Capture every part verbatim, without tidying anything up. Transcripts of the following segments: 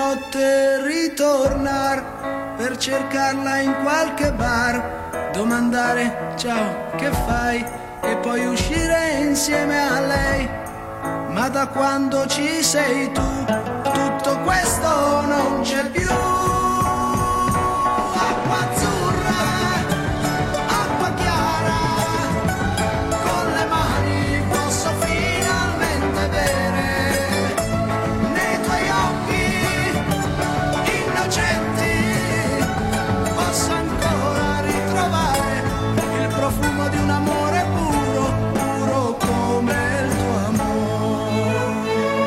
notte ritornar per cercarla in qualche bar, domandare ciao che fai e poi uscire insieme a lei. Ma da quando ci sei tu tutto questo non c'è più. Acqua azzurra, acqua chiara, con le mani posso finalmente bere nei tuoi occhi innocenti, posso ancora ritrovare il profumo di un amore puro, puro come il tuo amore.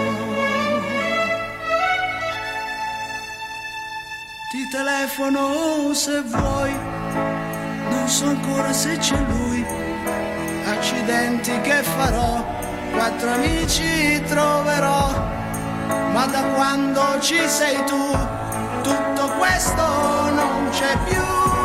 Ti telefono se vuoi, non so ancora se c'è lui. Accidenti che farò, quattro amici troverò, ma da quando ci sei tu tutto questo non c'è più.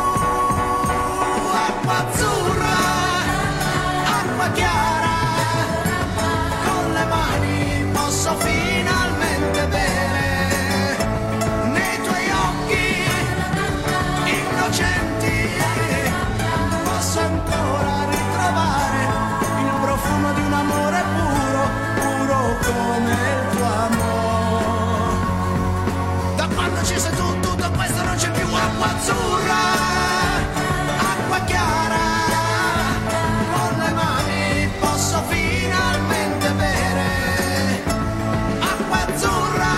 Acqua azzurra, acqua chiara, con le mani posso finalmente bere nei tuoi occhi innocenti, posso ancora ritrovare il profumo di un amore puro, puro come il tuo amore. Da quando ci sei tu tutto questo non c'è più. Acqua azzurra, acqua chiara, con le mani posso finalmente bere acqua azzurra.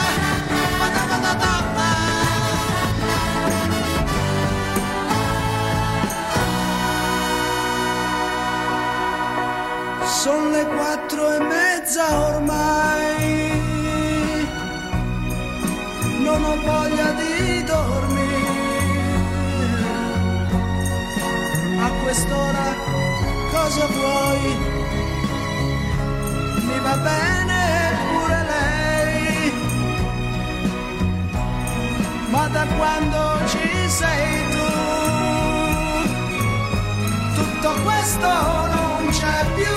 Sono le quattro e mezza ormai, non ho voglia di dormire. A quest'ora cosa vuoi? Mi va bene pure lei, ma da quando ci sei tu tutto questo non c'è più.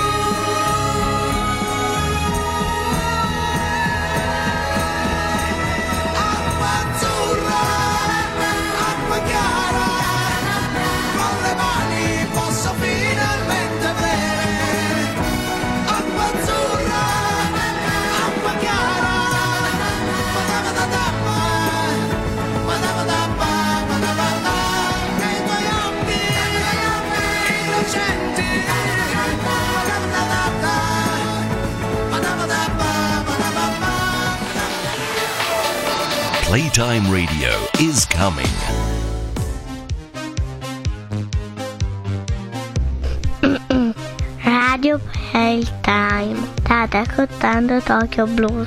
Acqua azzurra, acqua chiara, con le mani posso finalmente bere acqua azzurra, acqua chiara, madama madama, madama nei tuoi occhi innocenti, Playtime Radio is coming. Radio Playtime, state ascoltando Tokyo Blues.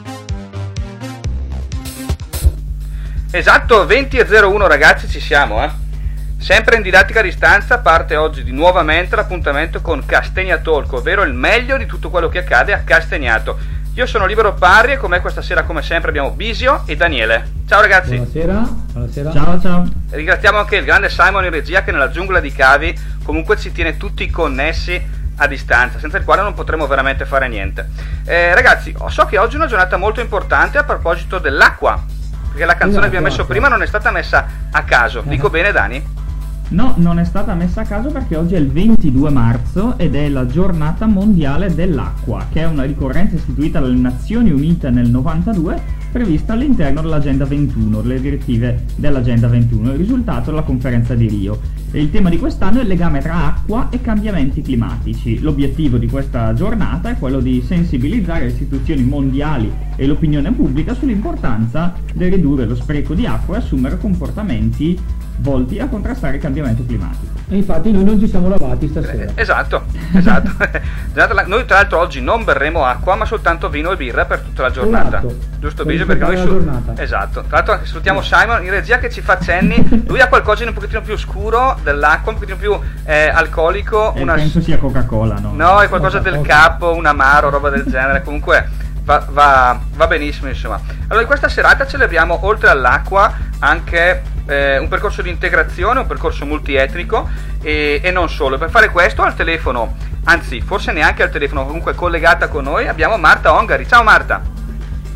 Esatto, venti e zero uno ragazzi, ci siamo, eh. Sempre in didattica a distanza parte oggi di nuovamente l'appuntamento con Castegna Talk, ovvero il meglio di tutto quello che accade a Castagnato. Io sono Libero Parri e con me questa sera come sempre abbiamo Bisio e Daniele. Ciao ragazzi. Buonasera. Buonasera. Ciao ciao. Ringraziamo anche il grande Simon in regia che nella giungla di cavi comunque ci tiene tutti connessi a distanza, senza il quale non potremo veramente fare niente. Eh, ragazzi, so che oggi è una giornata molto importante a proposito dell'acqua, perché la canzone esatto, che abbiamo messo acqua. prima non è stata messa a caso. Eh. Dico bene, Dani? No, non è stata messa a caso perché oggi è il ventidue marzo ed è la giornata mondiale dell'acqua, che è una ricorrenza istituita dalle Nazioni Unite nel novantadue, prevista all'interno dell'Agenda ventuno, le direttive dell'Agenda ventuno, il risultato della conferenza di Rio. E il tema di quest'anno è il legame tra acqua e cambiamenti climatici. L'obiettivo di questa giornata è quello di sensibilizzare le istituzioni mondiali e l'opinione pubblica sull'importanza di ridurre lo spreco di acqua e assumere comportamenti volti a contrastare il cambiamento climatico. E infatti noi non ci siamo lavati stasera. Eh, esatto, esatto. Noi tra l'altro oggi non berremo acqua ma soltanto vino e birra per tutta la giornata. Esatto. Giusto Bisio? Perché noi su... Esatto. Tra l'altro salutiamo Simon in regia che ci fa cenni. Lui ha qualcosa in un pochettino più scuro dell'acqua, un pochettino più eh, alcolico. Eh, una... Penso sia Coca-Cola, no? No, è qualcosa del capo, un amaro, roba del genere. Comunque va, va, va benissimo insomma. Allora in questa serata celebriamo oltre all'acqua anche Eh, un percorso di integrazione, un percorso multietnico e, e non solo. Per fare questo al telefono, anzi forse neanche al telefono, comunque collegata con noi, abbiamo Marta Ongari. Ciao Marta. Ciao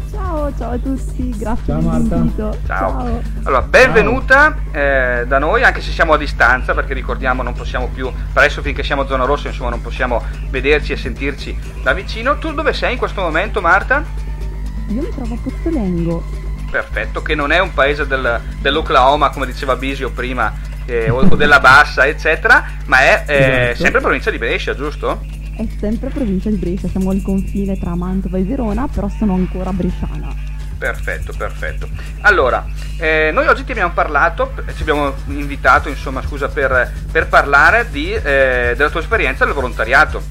Ciao, ciao a tutti, grazie Ciao, Marta. dell'invito. Ciao. Ciao. Allora, benvenuta eh, da noi, anche se siamo a distanza, perché ricordiamo non possiamo più, per adesso finché siamo a zona rossa, insomma non possiamo vederci e sentirci da vicino. Tu dove sei in questo momento, Marta? Io mi trovo a Pozzolengo. Perfetto, che non è un paese del, dell'Oklahoma, come diceva Bisio prima, eh, o, o della Bassa, eccetera, ma è eh, Esatto. sempre provincia di Brescia, giusto? È sempre provincia di Brescia, siamo al confine tra Mantova e Verona, però sono ancora bresciana. Perfetto, perfetto. Allora, eh, noi oggi ti abbiamo parlato, ci abbiamo invitato, insomma, scusa, per, per parlare di, eh, della tua esperienza del volontariato.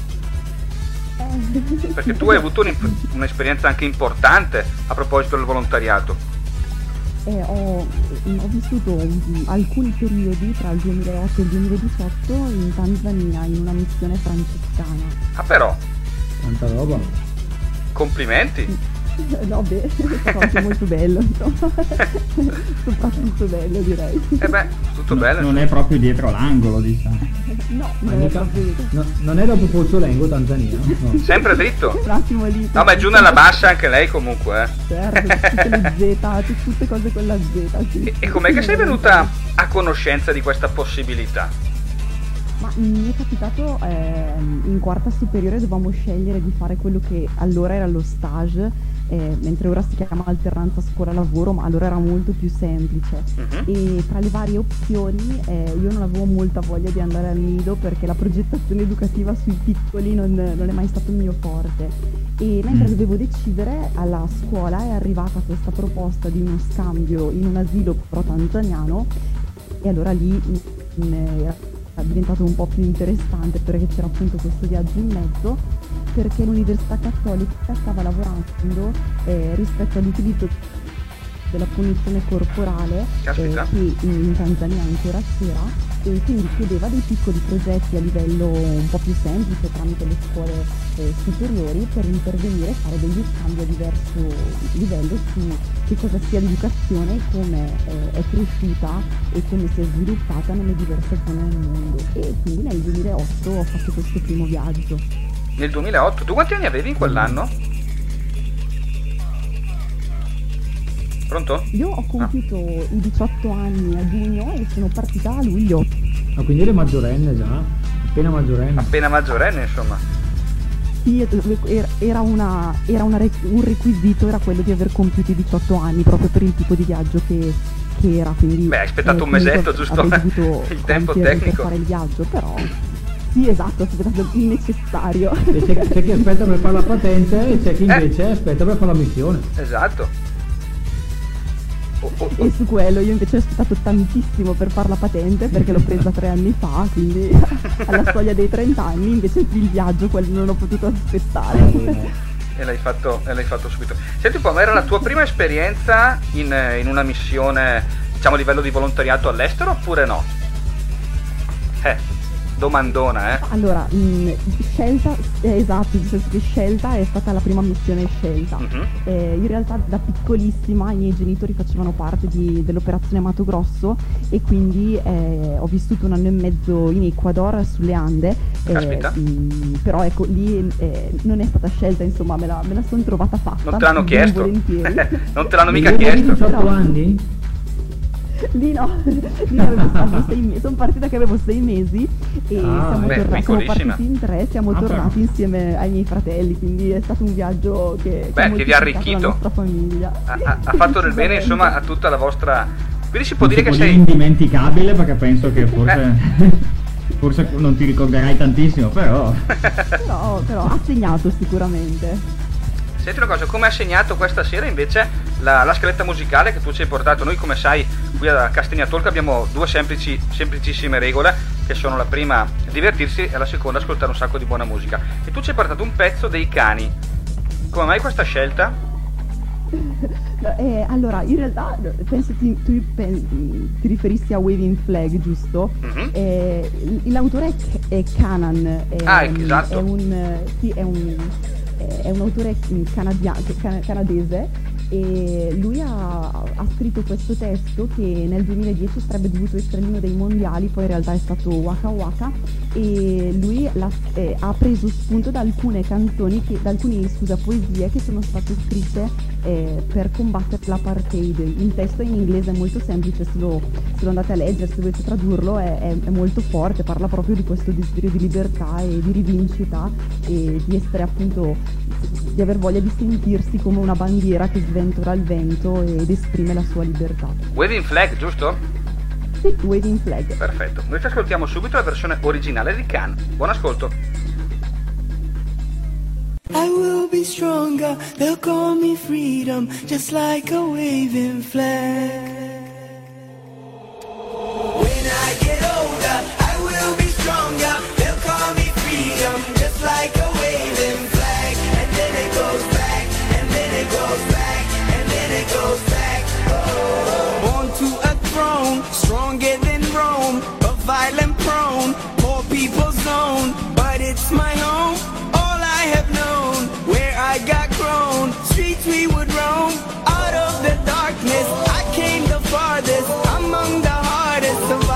Perché tu hai avuto un'imp- un'esperienza anche importante a proposito del volontariato. Eh, ho, ho vissuto um, alcuni periodi tra il duemilaotto e il duemiladiciotto in Tanzania in una missione francescana. Ah, però, Tanta roba. complimenti. No, beh, è stato anche molto bello, insomma. Soprattutto bello, direi. Eh beh, tutto No, bello. non è proprio dietro l'angolo, diciamo. No, Ma non è mica- proprio no, non è dopo Pozzolengo, Tanzania? No. Sempre dritto. un attimo lì. No, ma è giù nella bassa anche lei comunque, eh. Certo, tutte le Z, tutte cose con la Z, sì. E, e com'è che sei venuta a conoscenza di questa possibilità? Ma mi è capitato ehm, in quarta superiore dovevamo scegliere di fare quello che allora era lo stage, eh, mentre ora si chiama alternanza scuola-lavoro, ma allora era molto più semplice. Mhm. E tra le varie opzioni eh, io non avevo molta voglia di andare al nido perché la progettazione educativa sui piccoli non, non è mai stato il mio forte. E mentre Mm. dovevo decidere, alla scuola è arrivata questa proposta di uno scambio in un asilo però tanzaniano, e allora lì mm, è diventato un po' più interessante perché c'era appunto questo viaggio in mezzo, perché l'Università Cattolica stava lavorando eh, rispetto all'utilizzo della punizione corporale eh, Caspita. che in, in Tanzania ancora c'era, e quindi chiedeva dei piccoli progetti a livello un po' più semplice tramite le scuole eh, superiori per intervenire e fare degli scambi a diverso livello su che cosa sia l'educazione, come eh, è cresciuta e come si è sviluppata nelle diverse zone del mondo. E quindi nel duemilaotto ho fatto questo primo viaggio. Nel duemilaotto. Tu quanti anni avevi in quell'anno? Pronto? Io ho compiuto i diciotto anni a giugno e sono partita a luglio. Ah, quindi eri maggiorenne già? Appena maggiorenne. Appena maggiorenne, insomma. Sì, era- era, una, era una re- un requisito, era quello di aver compiuto i diciotto anni proprio per il tipo di viaggio che, che era. Quindi, Beh, hai aspettato un comunque mesetto, giusto? avrei dovuto Il tempo compiermi tecnico. per fare il viaggio, però sì, esatto, ho aspettato il necessario. E c'è, c'è chi aspetta per fare la patente e c'è chi invece aspetta per fare la missione. Esatto. Oh, oh, oh. E su quello io invece ho aspettato tantissimo per fare la patente perché l'ho presa tre anni fa, quindi alla soglia dei trenta anni, invece il viaggio quello non ho potuto aspettare. E l'hai fatto, e l'hai fatto subito. Senti un po', ma era la tua prima esperienza in, eh, in una missione, diciamo a livello di volontariato all'estero oppure no? Eh, domandona, eh. Allora, mh, scelta, eh, esatto, nel senso che scelta è stata la prima missione scelta. Mhm. Eh, in realtà da piccolissima i miei genitori facevano parte di- dell'operazione Mato Grosso e quindi eh, ho vissuto un anno e mezzo in Ecuador sulle Ande, eh, Caspita. mh, però ecco lì eh, non è stata scelta, insomma me la, me la sono trovata fatta. Non te l'hanno ben chiesto? volentieri. Non te l'hanno mica Quindi avevi chiesto? diciotto anni? Lì no, lì avevo stato sei mesi, sono partita che avevo sei mesi e Ah, siamo, beh, torna- siamo piccolissima. partiti in tre, siamo Ah, tornati però. insieme ai miei fratelli, quindi è stato un viaggio che, Beh, ha che vi ha moltiplicato arricchito. la nostra famiglia. Ha, ha- ha fatto del bene, insomma, a tutta la vostra... Quindi si può Non dire si che può dire sei... indimenticabile perché penso che forse forse non ti ricorderai tantissimo, però Però, però ha segnato sicuramente. Senti una cosa, come ha segnato questa sera invece la, la scaletta musicale che tu ci hai portato? Noi, come sai, qui a Castagna Talk abbiamo due semplici, semplicissime regole, che sono la prima divertirsi e la seconda ascoltare un sacco di buona musica. E tu ci hai portato un pezzo dei Cani. Come mai questa scelta? No, eh, allora, in realtà penso ti, tu pen- ti riferissi a Waving Flag, giusto? Mhm. Eh, l- l'autore è, K- è Kanan. È, Ah, esatto. È un, sì, è un, è un autore canadia- cana- canadese e lui ha, ha scritto questo testo che nel duemiladieci sarebbe dovuto essere uno dei mondiali, poi in realtà è stato Waka Waka, e lui eh, ha preso spunto da alcune canzoni, che, da alcune scusa, poesie che sono state scritte eh, per combattere l'apartheid. Il testo in inglese è molto semplice, se lo, se lo andate a leggere, se dovete tradurlo, è, è, è molto forte, parla proprio di questo desiderio di libertà e di rivincita e di essere appunto, di aver voglia di sentirsi come una bandiera che sventola il vento ed esprime la sua libertà. Waving Flag, giusto? Sì, Waving Flag. Perfetto, noi ci ascoltiamo subito la versione originale di Can. Buon ascolto. I will be stronger, they'll call me freedom, just like a waving flag. When I get older, I will be stronger, they'll call me freedom, just like a waving flag. And then it goes back, and then it goes back, and then it goes back. Oh. Born to a throne, stronger than Rome, but violent prone, poor people's zone, but it's my home. I have known where I got grown, streets we would roam, out of the darkness, I came the farthest, among the hardest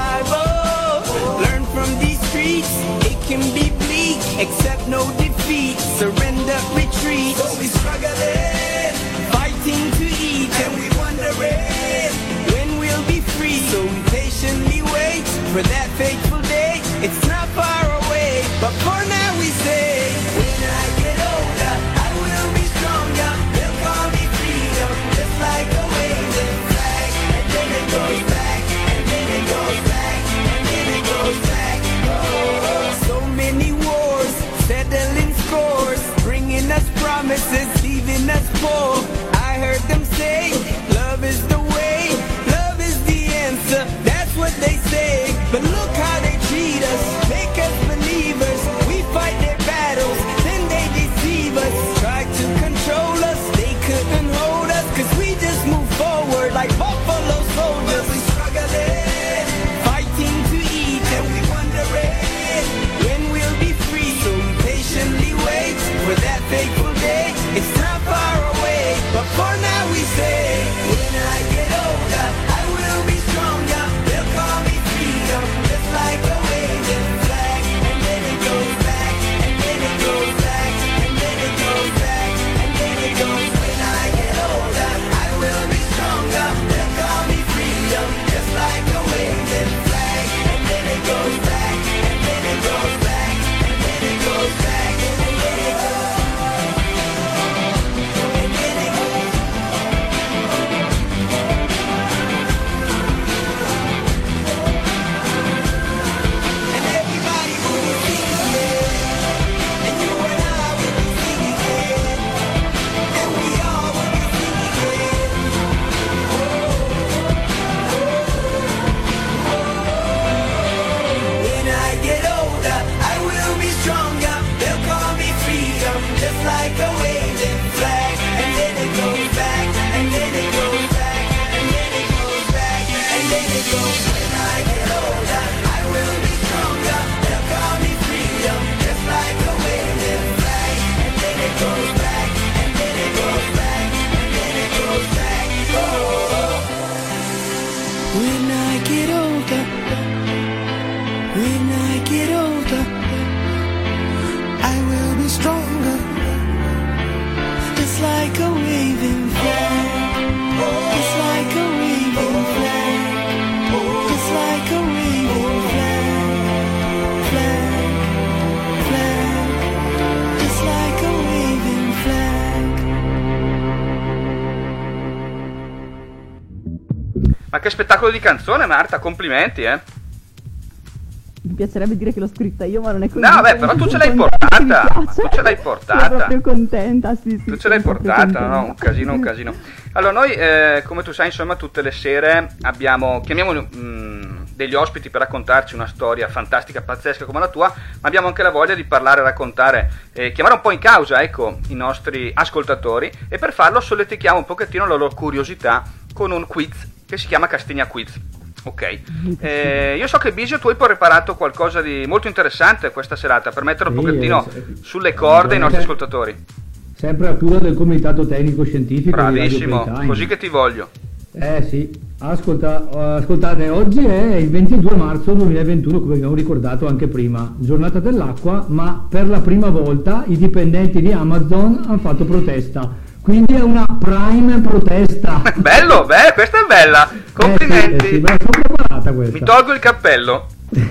survival, learn from these streets, it can be bleak, accept no defeat, surrender, retreat, so we struggling, fighting to eat, and we wondering, when we'll be free, so we patiently wait, for that fateful day, it's not far away, but for now we say, when I get older, I will be stronger, they'll call me freedom, just like a waving flag, and then it goes back, and then it goes back, and then it goes back, oh. So many wars, settling scores, bringing us promises, leaving us poor, I heard them say, love is the way, love is the answer, that's what they say, but look how they treat us, make us believers, we fight their battles, then they deceive us, try to control us, they couldn't hold us, cause we just move forward like buffalo soldiers, we struggling, fighting to eat, and we wondering, when we'll be free, so we patiently wait, for that fateful day, it's not far away, but for now we say, when I get older, I will be stronger, they'll call me freedom, just like a waving flag, and then it goes back, and then it goes back, and then it goes back, and then it goes, when I get older, I will be stronger, they'll call me freedom, just like a waving flag, and then it goes back, and then it goes back, and then it goes back, and then it goes, and then it goes. And everybody will be singing it, and you and I will be singing it, and we all will be singing it. When I get older, I will be stronger, they'll call me freedom, just like a waving flag, and then it goes back, and then it goes back, and then it goes back, and then it goes, when I get older, I will be stronger, they'll call me freedom, just like a waving flag, and then it goes back, and then it goes back, and then it goes back, oh. When I get older, when I get older, I will be stronger, just like a waving flag, just like a waving flag, just like a waving flag, flag, flag, just like a waving flag. Ma che spettacolo di canzone, Marta, complimenti, eh. Mi piacerebbe dire che l'ho scritta io, ma non è così. No, vabbè, però tu ce l'hai portata, ma tu ce l'hai portata. Sono proprio contenta, sì, sì. Tu ce l'hai sono proprio portata, contenta. no? Un casino, un casino. Allora, noi, eh, come tu sai, insomma, tutte le sere abbiamo, chiamiamo mh, degli ospiti per raccontarci una storia fantastica, pazzesca come la tua, ma abbiamo anche la voglia di parlare, raccontare, eh, chiamare un po' in causa, ecco, i nostri ascoltatori, e per farlo solletichiamo un pochettino la loro curiosità con un quiz che si chiama Castigna Quiz. Ok, eh, io so che Bisio tu hai preparato qualcosa di molto interessante questa serata per mettere un Sì, pochettino eh, sulle corde i nostri ovviamente- ascoltatori. Sempre a cura del comitato tecnico scientifico. Bravissimo, così che ti voglio. Eh sì, ascolta, ascoltate, oggi è il ventidue marzo duemilaventuno, come abbiamo ricordato anche prima, giornata dell'acqua, ma per la prima volta i dipendenti di Amazon hanno fatto protesta, quindi è una prime protesta. Bello, beh, questa è bella, complimenti. Eh sì, eh sì, me la sono preparata questa. Mi tolgo il cappello.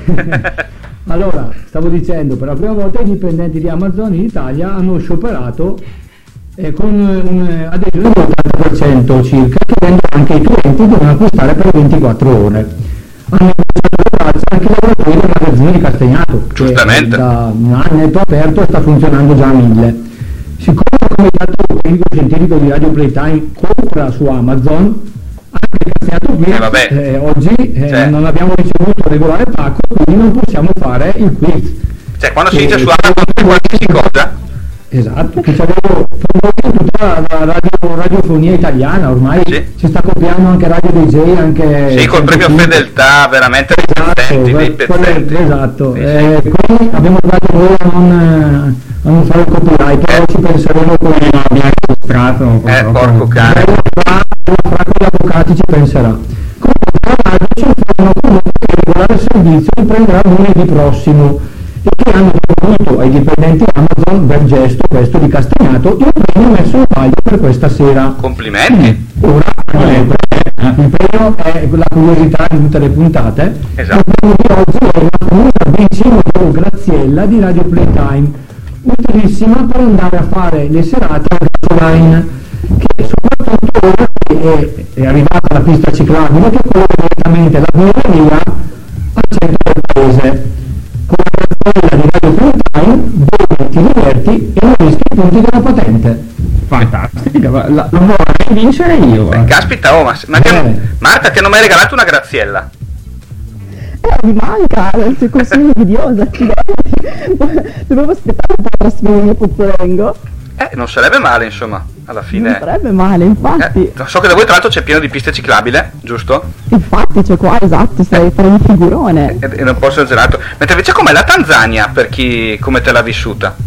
Allora, stavo dicendo, per la prima volta i dipendenti di Amazon in Italia hanno scioperato eh, con un'adesione dell'ottanta per cento circa, che rende anche i clienti devono acquistare per ventiquattro ore. Hanno iniziato anche i lavoratori del magazzino di Castagnato, giustamente, che da un annetto aperto sta funzionando già a mille. Siccome il comitato tecnico scientifico di Radio Playtime compra su Amazon, anche Castagnato qui eh, vabbè. Eh, oggi eh, cioè. non abbiamo ricevuto regolare pacco, quindi non possiamo fare il quiz. Cioè, quando si e, dice su Amazon qualsiasi cosa. Esatto, che c'avevo tutta la, la radio, radiofonia italiana, ormai sì. Si sta copiando anche Radio D J, anche sì, col premio Fedeltà, veramente esatto, dei pezzenti. Esatto, sì, eh, sì. Quindi abbiamo dato noi a non, a non fare il copyright, però eh. ci penseremo come abbiamo registrato. Eh, porco cane. Fra con gli avvocati ci penserà. Comunque, tra l'altro, ci informano comunque che il regolare servizio riprenderà lunedì prossimo, e che hanno proposto ai dipendenti Amazon del gesto questo di Castagnato il premio messo in palio per questa sera. Complimenti. Ora eh, il premio è la curiosità di tutte le puntate. Esatto. Il premio di oggi è una famosa vicino Graziella di Radio Playtime, utilissima per andare a fare le serate online, che soprattutto ora che è, è arrivata la pista ciclabile che collega direttamente la Bulgaria al centro del paese. Con la Graziella di Radio Playtime dove ti diverti e non rischi i punti della patente. Fantastica, la, la vorrei vincere io. Eh, caspita, oh, ma, ma che, Marta, che non mi hai regalato una Graziella? Eh, mi manca, sei così invidiosa, accidenti. Dovevo aspettare un po' la trasferimento Pozzolengo. Eh, non sarebbe male, insomma, alla fine. Non sarebbe male, infatti. Eh, so che da voi tra l'altro c'è pieno di piste ciclabile, giusto? Infatti, c'è qua, esatto, stai fare un figurone. E, e non posso esagerato. Mentre invece com'è la Tanzania, per chi come te l'ha vissuta?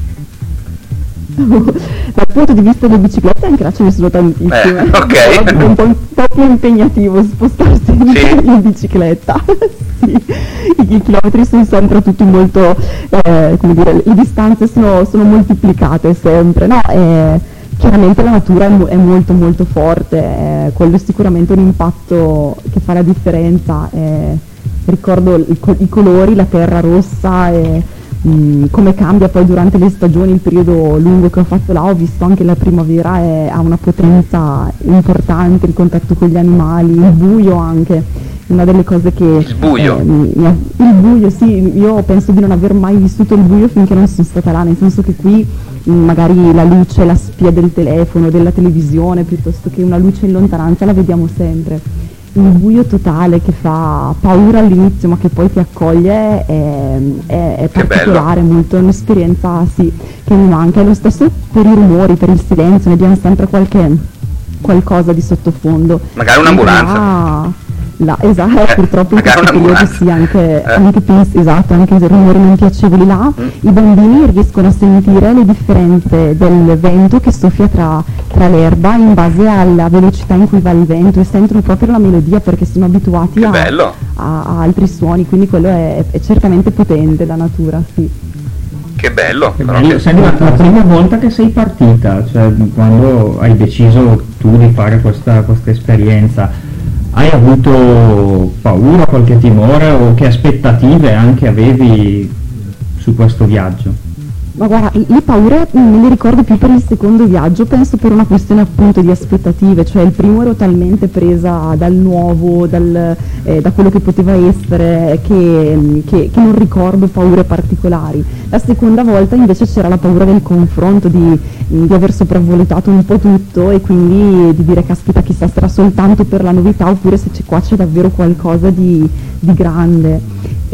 Dal punto di vista delle biciclette anche là ce ne sono tantissime. Eh, ok. È un po', un po' più impegnativo spostarsi sì. in bicicletta. Sì. I, I chilometri sono sempre tutti molto, eh, come dire, le distanze sono, sono moltiplicate sempre, no? Eh, chiaramente la natura è, mo- è molto molto forte, eh, quello è sicuramente un impatto che fa la differenza. Eh, ricordo i, co- i colori, la terra rossa e Mm, come cambia poi durante le stagioni, il periodo lungo che ho fatto là, ho visto anche la primavera è, ha una potenza importante, il contatto con gli animali, il buio anche, una delle cose che... Il buio? Eh, mi, mi ha, il buio, sì, io penso di non aver mai vissuto il buio finché non sono stata là, nel senso che qui mh, magari la luce, la spia del telefono, della televisione, piuttosto che una luce in lontananza la vediamo sempre. Il buio totale che fa paura all'inizio ma che poi ti accoglie è, è, è particolare, molto un'esperienza sì, che mi manca. E lo stesso per i rumori, per il silenzio, ne abbiamo sempre qualche qualcosa di sottofondo. Magari un'ambulanza. Ah, la, esatto, eh, purtroppo in questo periodo sì, anche, eh. anche, esatto, anche i rumori non piacevoli là, mm. I bambini riescono a sentire le differenze del vento che soffia tra, tra l'erba in base alla velocità in cui va il vento e sentono proprio la melodia perché sono abituati a, a, a altri suoni, quindi quello è, è certamente potente, la natura, sì. Che bello, che però bello. Che... Sei la, la prima volta che sei partita, cioè quando hai deciso tu di fare questa, questa esperienza, hai avuto paura, qualche timore o che aspettative anche avevi su questo viaggio? Ma guarda, le paure me le ricordo più per il secondo viaggio, penso per una questione appunto di aspettative, cioè il primo ero talmente presa dal nuovo, dal, eh, da quello che poteva essere, che, che, che non ricordo paure particolari. La seconda volta invece c'era la paura del confronto, di, di aver sopravvalutato un po' tutto e quindi di dire caspita chissà se era soltanto per la novità oppure se c'è, qua c'è davvero qualcosa di, di grande. E,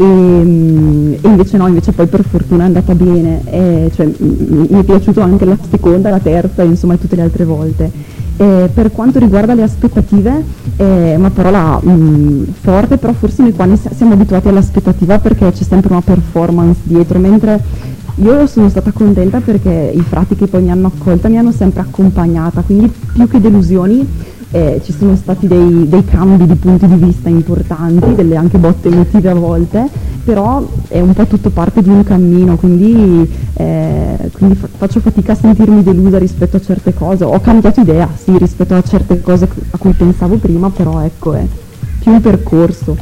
e invece no, invece poi per fortuna è andata bene, e, cioè, m- mi è piaciuto anche la seconda, la terza e insomma tutte le altre volte. E per quanto riguarda le aspettative, è una parola mh, forte, però forse noi qua ne siamo abituati all'aspettativa perché c'è sempre una performance dietro, mentre io sono stata contenta perché i frati che poi mi hanno accolta mi hanno sempre accompagnata, quindi più che delusioni eh, ci sono stati dei, dei cambi di punti di vista importanti, delle anche botte emotive a volte, però è un po' tutto parte di un cammino, quindi, eh, quindi fa- faccio fatica a sentirmi delusa rispetto a certe cose. Ho cambiato idea, sì, rispetto a certe cose a cui pensavo prima, però ecco, è più un percorso.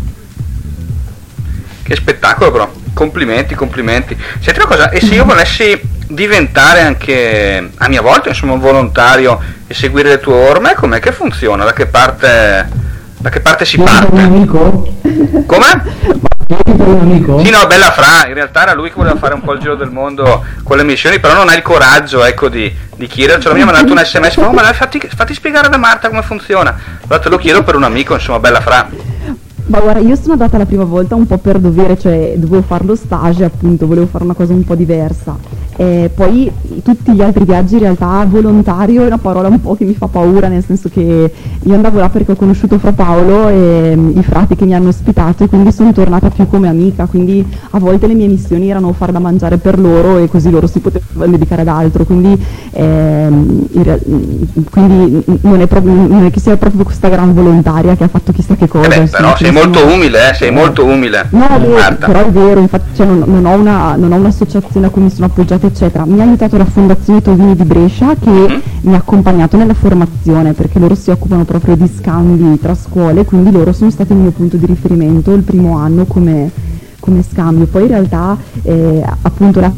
Che spettacolo però, complimenti, complimenti. Senti una cosa, e se io volessi diventare anche a mia volta, insomma, un volontario e seguire le tue orme, com'è che funziona? Da che parte, da che parte si Diventa parte? un amico? Come? Diventa un amico? Sì, no, bella Fra, in realtà era lui che voleva fare un po' il giro del mondo con le missioni, però non ha il coraggio, ecco, di, di chiedercelo. Mi ha mandato un sms, oh, ma fatti, fatti spiegare da Marta come funziona. Allora te lo chiedo per un amico, insomma, bella Fra. Ma guarda, io sono andata la prima volta un po' per dovere, cioè dovevo fare lo stage, appunto, volevo fare una cosa un po' diversa. E poi tutti gli altri viaggi in realtà volontario è una parola un po' che mi fa paura, nel senso che io andavo là perché ho conosciuto Fra Paolo e um, i frati che mi hanno ospitato, e quindi sono tornata più come amica, quindi a volte le mie missioni erano fare da mangiare per loro e così loro si potevano dedicare ad altro, quindi, ehm, in real- quindi non, è proprio, non è che sia proprio questa gran volontaria che ha fatto chissà che cosa. Eh beh, insomma, però sei molto umile, eh, sei molto umile. No, beh, Marta. però è vero, infatti cioè, non, non, ho una, non ho un'associazione a cui mi sono appoggiata eccetera. Mi ha aiutato la Fondazione Tovini di Brescia che Mm. mi ha accompagnato nella formazione, perché loro si occupano proprio di scambi tra scuole, quindi loro sono stati il mio punto di riferimento il primo anno come, come scambio. Poi in realtà eh, appunto la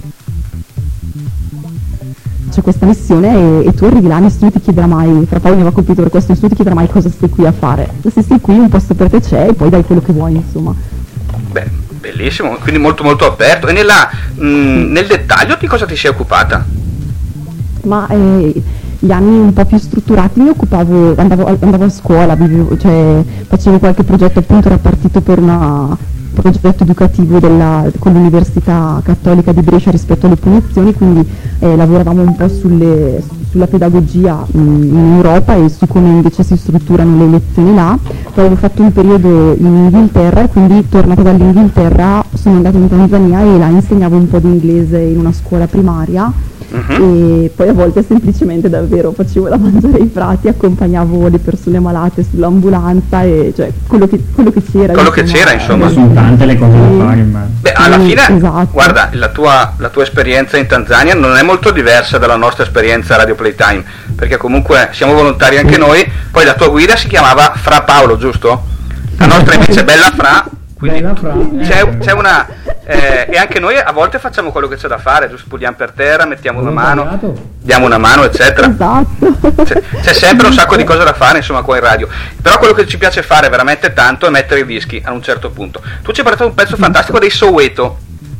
c'è questa missione e, e tu arrivi là, nessuno ti chiederà mai, Fra Paolo mi aveva colpito per questo, nessuno ti chiederà mai cosa stai qui a fare. Se sei qui un posto per te c'è e poi dai quello che vuoi, insomma. Beh, bellissimo, quindi molto molto aperto. E nella, mh, nel dettaglio di cosa ti sei occupata? Ma eh, gli anni un po' più strutturati mi occupavo, andavo, andavo a scuola, vivevo, cioè, facevo qualche progetto, appunto era partito per una progetto educativo della, con l'Università Cattolica di Brescia rispetto alle punizioni, quindi eh, lavoravamo un po' sulle, sulla pedagogia mh, in Europa e su come invece si strutturano le lezioni là. Poi avevo fatto un periodo in Inghilterra e quindi tornata dall'Inghilterra sono andata in Tanzania e là insegnavo un po' di inglese in una scuola primaria. Uh-huh. E poi a volte semplicemente davvero facevo da mangiare ai frati, accompagnavo le persone malate sull'ambulanza e cioè quello che, quello che c'era quello che c'era insomma. Eh, sono tante le cose da fare, ma... Beh, alla sì, fine esatto. Guarda, la tua, la tua esperienza in Tanzania non è molto diversa dalla nostra esperienza a Radio Playtime, perché comunque siamo volontari anche noi. Poi la tua guida si chiamava Fra Paolo, giusto? La nostra invece è Bella Fra. Quindi Bella Fra. c'è, c'è una eh, e anche noi a volte facciamo quello che c'è da fare, giusto? Spuliamo per terra, mettiamo una mano, diamo una mano, eccetera. Esatto. C'è, c'è sempre un sacco di cose da fare, insomma, qua in radio. Però quello che ci piace fare veramente tanto è mettere i dischi a un certo punto. Tu ci hai portato un pezzo fantastico dei Soweto.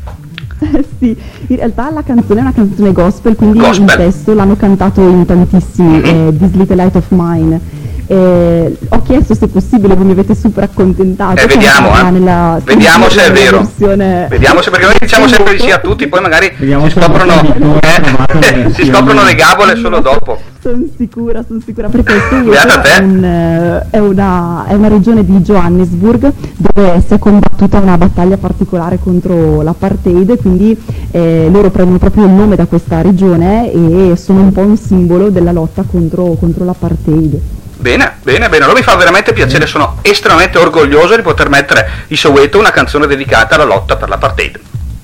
Sì, in realtà la canzone è una canzone gospel, quindi Gospel. il testo l'hanno cantato in tantissimi, Mm-hmm. eh, This Little Light of Mine. Eh, ho chiesto se è possibile, voi mi avete super accontentato. Eh, vediamo, eh. Nella, Vediamo se è nella vero. versione- Vediamo se, perché noi diciamo sempre di sì a tutti, poi magari Vediamo si se scoprono, il nostro editore ha trovato le eh, si versioni. scoprono le gabole solo dopo. Sono sicura, sono sicura, perché il Beata te. è, un, eh, è, una, è una regione di Johannesburg dove si è combattuta una battaglia particolare contro l'apartheid, quindi eh, loro prendono proprio il nome da questa regione e sono un po' un simbolo della lotta contro, contro l'apartheid. Bene, bene, bene, allora mi fa veramente piacere, sono estremamente orgoglioso di poter mettere i Soweto, una canzone dedicata alla lotta per l'apartheid.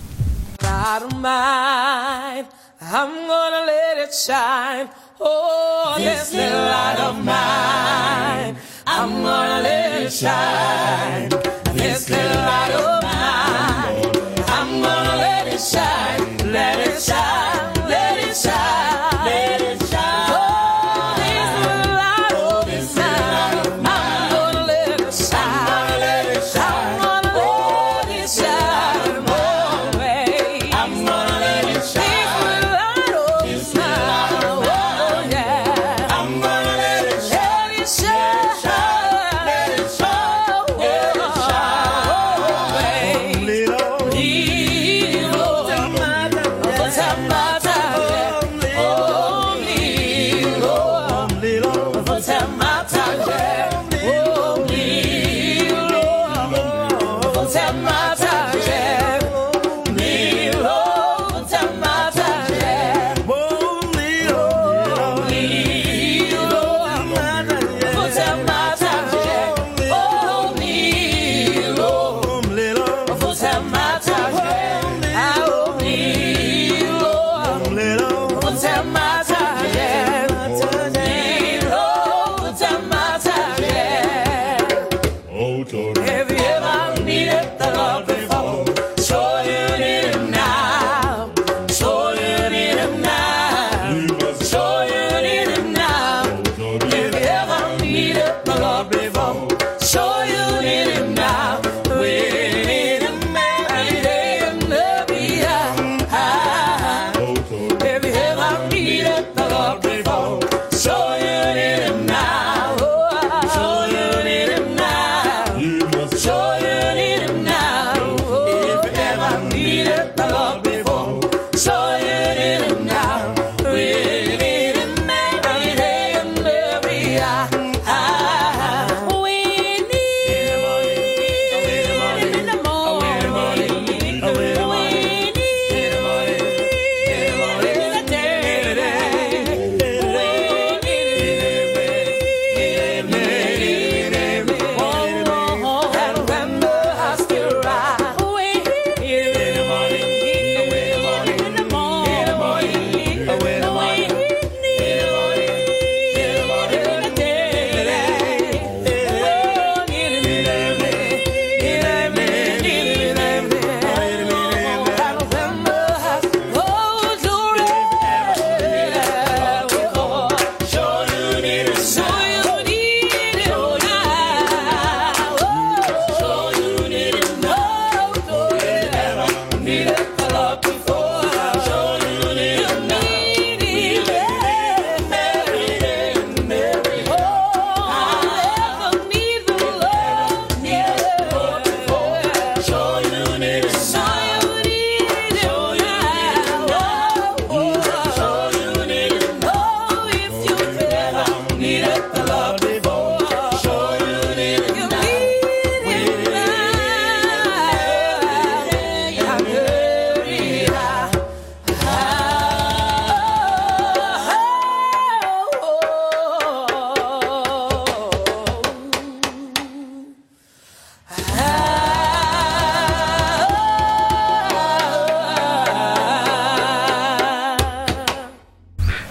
I'm gonna let it shine. Oh, this little light of mine. I'm gonna let it shine. This little light of mine. I'm gonna let it shine. Let it shine. Let it shine. Let it shine. Oh, this little light of mine. I'm gonna let it shine. Let it shine. I'm gonna let it shine. Oh, babe. I'm gonna let it shine. Tell my time, yeah. Me, Lord.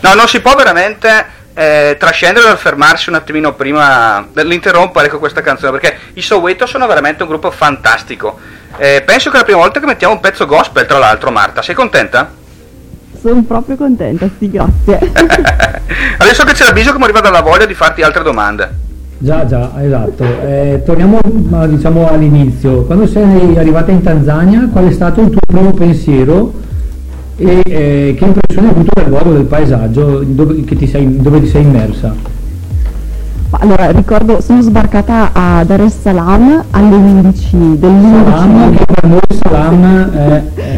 No, non si può veramente eh, trascendere dal fermarsi un attimino prima dell'interrompere con questa canzone, perché i Soweto sono veramente un gruppo fantastico. Eh, penso che è la prima volta che mettiamo un pezzo gospel, tra l'altro. Marta, sei contenta? Sono proprio contenta, sì, grazie. Adesso che c'è l'avviso che mi arriva dalla voglia di farti altre domande. Già, già, esatto. Eh, torniamo diciamo all'inizio. Quando sei arrivata in Tanzania, qual è stato il tuo primo pensiero e eh, che impressione hai avuto del luogo, del paesaggio dove, che ti sei, dove ti sei immersa? Allora, ricordo, sono sbarcata a Dar es Salaam alle undici dell'undici. Salam, che per noi Salam è... è...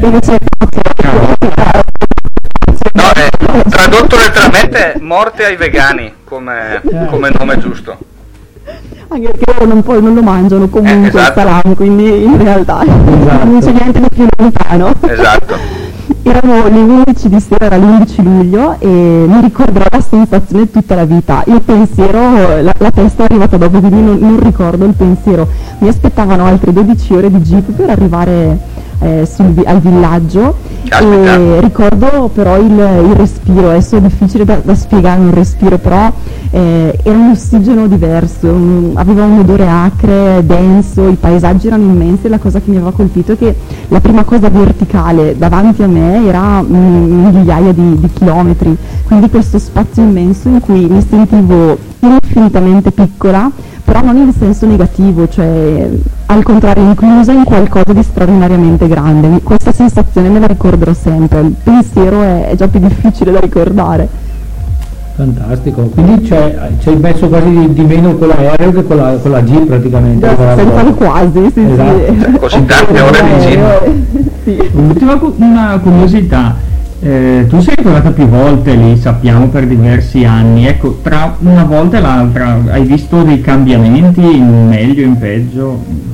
No, è tradotto letteralmente morte ai vegani come, come nome giusto. Anche perché loro non, poi, non lo mangiano comunque, eh, esatto. Il salame, quindi in realtà esatto. Non c'è niente di più lontano. Esatto. Erano le undici di sera, era l'undici luglio e mi ricorderò la sensazione tutta la vita. Il pensiero, la, la testa è arrivata dopo, quindi non, non ricordo il pensiero. Mi aspettavano altre dodici ore di jeep per arrivare eh, sul, al villaggio. Caspita. E ricordo però il, il respiro, adesso è difficile da, da spiegare un respiro, però eh, era un ossigeno diverso, un, aveva un odore acre, denso, i paesaggi erano immensi e la cosa che mi aveva colpito è che la prima cosa verticale davanti a me era mm, migliaia di, di chilometri, quindi questo spazio immenso in cui mi sentivo infinitamente piccola, però non in senso negativo, cioè al contrario inclusa in qualcosa di straordinariamente grande. Questa sensazione me la ricorderò sempre, il pensiero è, è già più difficile da ricordare. Fantastico, quindi c'è, c'è il messo quasi di, di meno con l'aereo che con la, con la Jeep praticamente. Senza il quasi, sì, esatto. sì. Così tante ore di Jeep. Sì. Ultima cu- una curiosità, eh, tu sei arrivata più volte lì, sappiamo, per diversi anni, ecco, tra una volta e l'altra hai visto dei cambiamenti in meglio, in peggio?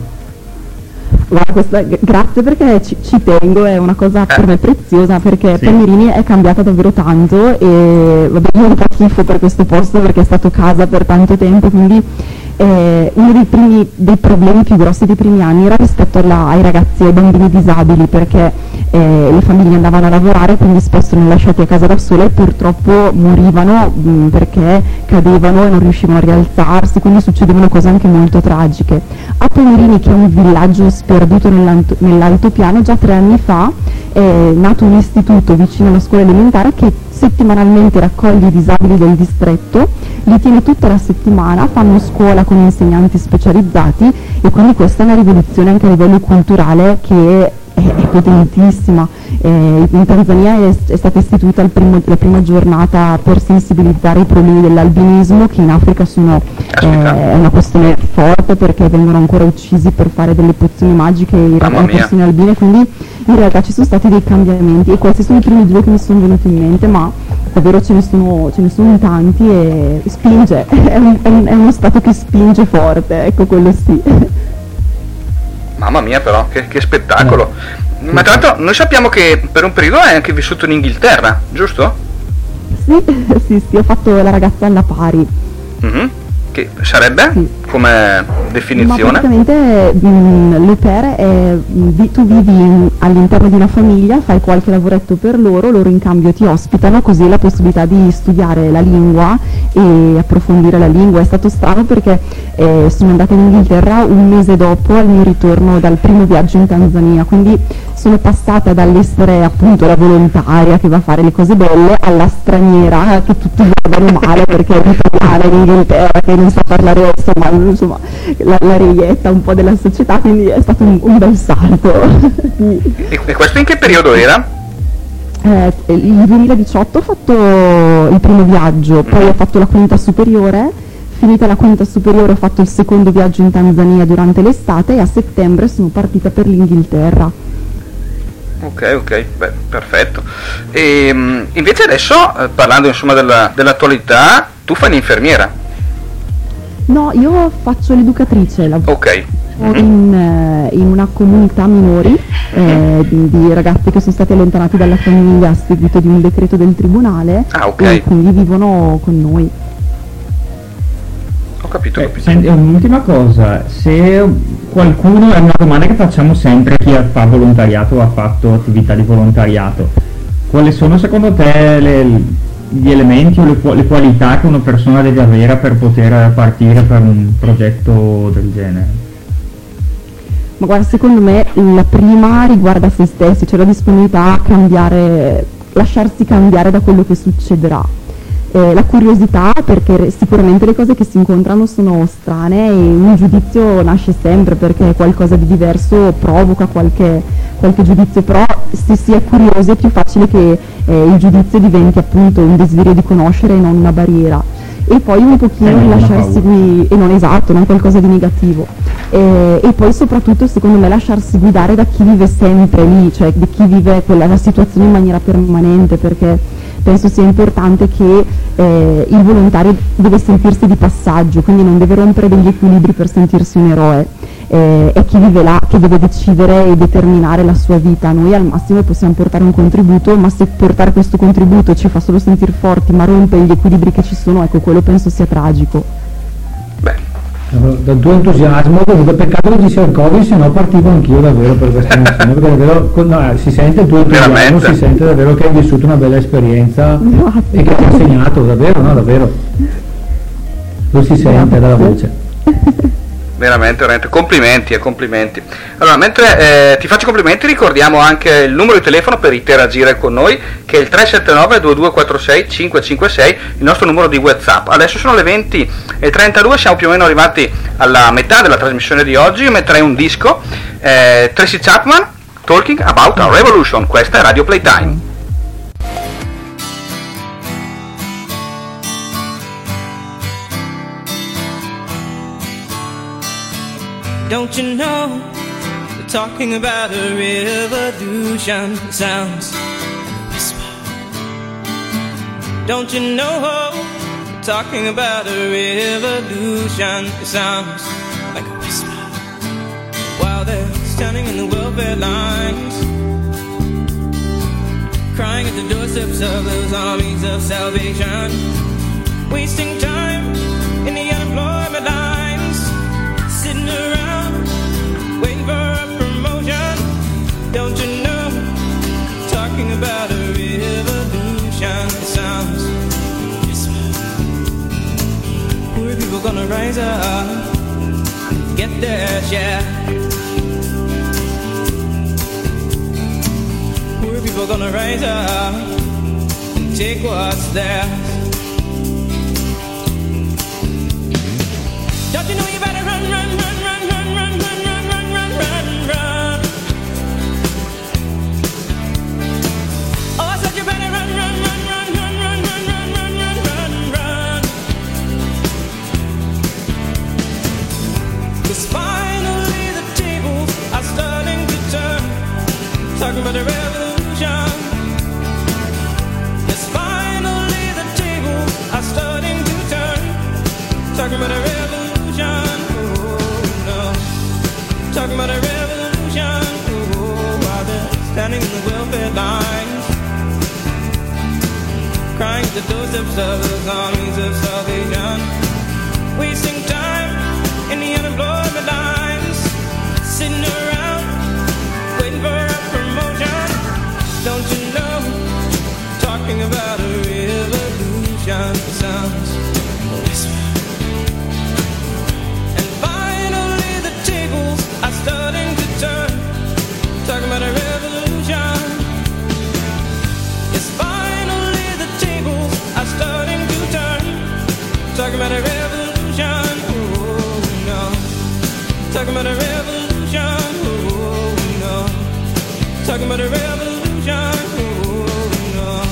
Guarda, questa, grazie perché ci, ci tengo, è una cosa per me preziosa perché Sì. Palmirini è cambiata davvero tanto e vabbè, io ho un po' tifo per questo posto perché è stato casa per tanto tempo, quindi eh, uno dei, primi, dei problemi più grossi dei primi anni era rispetto alla, ai ragazzi e ai bambini disabili, perché eh, le famiglie andavano a lavorare, quindi spesso li lasciati a casa da sole e purtroppo morivano mh, perché cadevano e non riuscivano a rialzarsi, quindi succedevano cose anche molto tragiche. A Palmirini, che è un villaggio sperduto nell'altopiano, già tre anni fa è nato un istituto vicino alla scuola elementare che settimanalmente raccoglie i disabili del distretto, li tiene tutta la settimana, fanno scuola con insegnanti specializzati e quindi questa è una rivoluzione anche a livello culturale che è, è potentissima. Eh, in Tanzania è, è stata istituita il primo, la prima giornata per sensibilizzare i problemi dell'albinismo, che in Africa sono, eh, è una questione forte perché vengono ancora uccisi per fare delle pozioni magiche i persone albine, quindi in realtà ci sono stati dei cambiamenti e questi sono i primi due che mi sono venuti in mente, ma davvero ce ne sono, ce ne sono in tanti e spinge, è, un, è, un, è uno stato che spinge forte, ecco, quello sì. Mamma mia, però, che, che spettacolo. No. Ma tra l'altro noi sappiamo che per un periodo hai anche vissuto in Inghilterra, giusto? Sì, sì, sì, ho fatto la ragazza alla pari. Mm-hmm. Che sarebbe? Sì. Come definizione? Ma praticamente mh, l'au pair è, mh, tu vivi in, all'interno di una famiglia, fai qualche lavoretto per loro, loro in cambio ti ospitano, così hai la possibilità di studiare la lingua e approfondire la lingua. È stato strano perché eh, sono andata in Inghilterra un mese dopo il mio ritorno dal primo viaggio in Tanzania, quindi sono passata dall'essere appunto la volontaria che va a fare le cose belle alla straniera che tutti guardano male perché è italiana in Inghilterra, che non sa parlare insomma, insomma la, la reietta un po' della società, quindi è stato un, un bel salto. Sì. E, e questo in che periodo era? Eh, il duemiladiciotto ho fatto il primo viaggio, poi ho fatto la quinta superiore, finita la quinta superiore ho fatto il secondo viaggio in Tanzania durante l'estate e a settembre sono partita per l'Inghilterra. Ok, ok, beh, perfetto. E invece adesso, eh, parlando insomma della, dell'attualità, tu fai l'infermiera? No, io faccio l'educatrice, lavoro ok. in, eh, in una comunità minori eh, di, di ragazzi che sono stati allontanati dalla famiglia a seguito di un decreto del tribunale. Ah, ok. E quindi vivono con noi. Ho capito, ho Eh, capito. senti, un'ultima cosa, se qualcuno, è una domanda che facciamo sempre a chi fa volontariato o ha fatto attività di volontariato, quali sono secondo te le, gli elementi o le, le qualità che una persona deve avere per poter partire per un progetto del genere? Ma guarda, secondo me la prima riguarda se stessi, cioè la disponibilità a cambiare, lasciarsi cambiare da quello che succederà. Eh, la curiosità, perché sicuramente le cose che si incontrano sono strane e un giudizio nasce sempre perché qualcosa di diverso provoca qualche, qualche giudizio, però se si è curiosi è più facile che eh, il giudizio diventi appunto un desiderio di conoscere e non una barriera. E poi un pochino eh, lasciarsi gui- e non esatto, non qualcosa di negativo. E, e poi soprattutto secondo me lasciarsi guidare da chi vive sempre lì, cioè di chi vive quella situazione in maniera permanente, perché penso sia importante che eh, il volontario deve sentirsi di passaggio, quindi non deve rompere degli equilibri per sentirsi un eroe. Eh, è chi vive là che deve decidere e determinare la sua vita. Noi al massimo possiamo portare un contributo, ma se portare questo contributo ci fa solo sentire forti ma rompe gli equilibri che ci sono, ecco, quello penso sia tragico. Beh. Dal tuo entusiasmo, comunque peccato che ci sia il Covid, se no partivo anch'io davvero per questa emozione, perché davvero no, si sente il tuo entusiasmo, veramente. Si sente davvero che hai vissuto una bella esperienza. Grazie. E che ti ha insegnato, davvero, no, davvero. Lo si sente dalla voce. Veramente, veramente, complimenti e complimenti. Allora, mentre eh, ti faccio complimenti, ricordiamo anche il numero di telefono per interagire con noi, che è il tre sette nove due due quattro sei cinque cinque sei, il nostro numero di WhatsApp. Adesso sono le venti e trentadue, siamo più o meno arrivati alla metà della trasmissione di oggi. Io metterei un disco, eh, Tracy Chapman, Talking About a Revolution. Questa è Radio Playtime. Don't you know, they're talking about a revolution, sounds like a whisper. Don't you know, they're talking about a revolution, it sounds like a whisper. While they're standing in the welfare lines, crying at the doorsteps of those armies of salvation, wasting time in the unemployment lines, sitting around waiting for a promotion. Don't you know, talking about a revolution, it sounds whisper. Poor people gonna rise up, get their share. Poor people gonna rise up and take what's theirs. Don't you know you better run, run, run, run, run, run, run, run, run, run, run, run. Oh, I said you better run, run, run, run, run, run, run, run, run, run, run, run. 'Cause finally the tables are starting to turn, talking about a revolution. 'Cause finally the tables are starting to turn, talking about a revolution. Oh no, talking about a revolution. Oh, while they're standing in the welfare lines, crying at the doorsteps of those armies of salvation, wasting time in the unemployment lines, sitting around waiting for a promotion. Don't you know, talking about a revolution sounds whisper. Starting to turn, talking about a revolution. Yes, finally the tables are starting to turn, talking about a revolution. Oh no, talking about a revolution. Oh no, talking about a revolution. Oh no.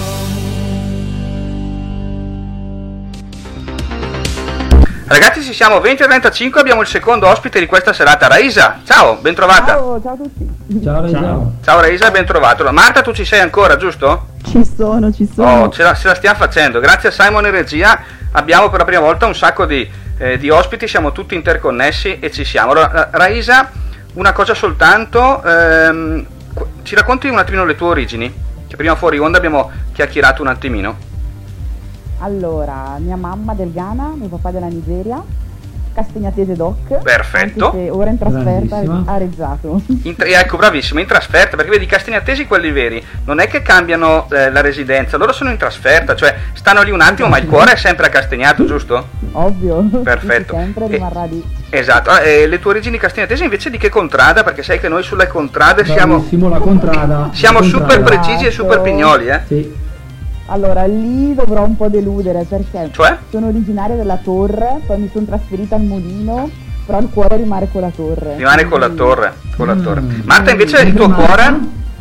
Ragazzi, ci siamo venti e trentacinque, abbiamo il secondo ospite di questa serata, Raisa. Ciao, ben trovata. Ciao, ciao a tutti. Ciao Raisa. Ciao. Ciao Raisa, ben trovato. Marta, tu ci sei ancora, giusto? Ci sono, ci sono. Oh, ce la, ce la stiamo facendo. Grazie a Simon in regia abbiamo per la prima volta un sacco di, eh, di ospiti, siamo tutti interconnessi e ci siamo. Allora, Raisa, una cosa soltanto, ehm, ci racconti un attimino le tue origini? Che prima fuori onda abbiamo chiacchierato un attimino. Allora, mia mamma del Ghana, mio papà della Nigeria, Castagnatese Doc. Perfetto. Anche se ora in trasferta Grandissima. a Reggiato. In tra- ecco, bravissimo, in trasferta, perché vedi i castagnatesi, quelli veri, non è che cambiano eh, la residenza, loro sono in trasferta, cioè stanno lì un attimo, ma il cuore è sempre a Castagnato, giusto? Ovvio. Perfetto. Sempre E- rimarrà lì. Esatto. Ah, e le tue origini castagnatesi invece di che contrada? Perché sai che noi sulle contrade siamo, Bravissimo, la contrada. siamo la super contrada. precisi e super pignoli, eh? Sì. Allora, lì dovrò un po' deludere perché Cioè? sono originaria della Torre, poi mi sono trasferita al Molino, però il cuore rimane con la Torre. Rimane con la Quindi- torre, con la Mm. torre. Marta, invece il tuo Marta? cuore?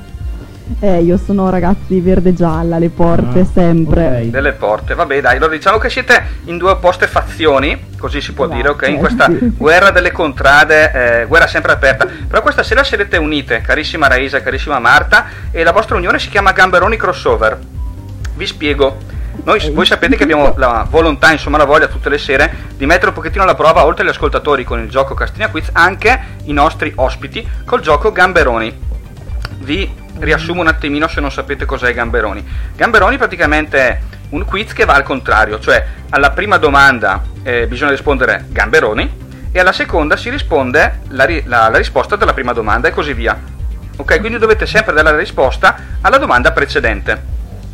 Eh, io sono ragazzi verde gialla, le porte Ah, sempre. ok. Delle porte, vabbè dai, allora diciamo che siete in due opposte fazioni, così si può Esatto, dire, ok? In eh, questa sì. guerra delle contrade, eh, guerra sempre aperta. Però questa sera sarete unite, carissima Raisa, carissima Marta, e la vostra unione si chiama Gamberoni Crossover. Vi spiego. Noi, voi sapete che abbiamo la volontà, insomma la voglia tutte le sere di mettere un pochettino alla prova, oltre agli ascoltatori con il gioco Castagna Quiz, anche i nostri ospiti col gioco Gamberoni. Vi riassumo un attimino se non sapete cos'è Gamberoni. Gamberoni praticamente è un quiz che va al contrario, cioè alla prima domanda eh, bisogna rispondere Gamberoni e alla seconda si risponde la, ri- la- la risposta della prima domanda e così via. Ok, quindi dovete sempre dare la risposta alla domanda precedente.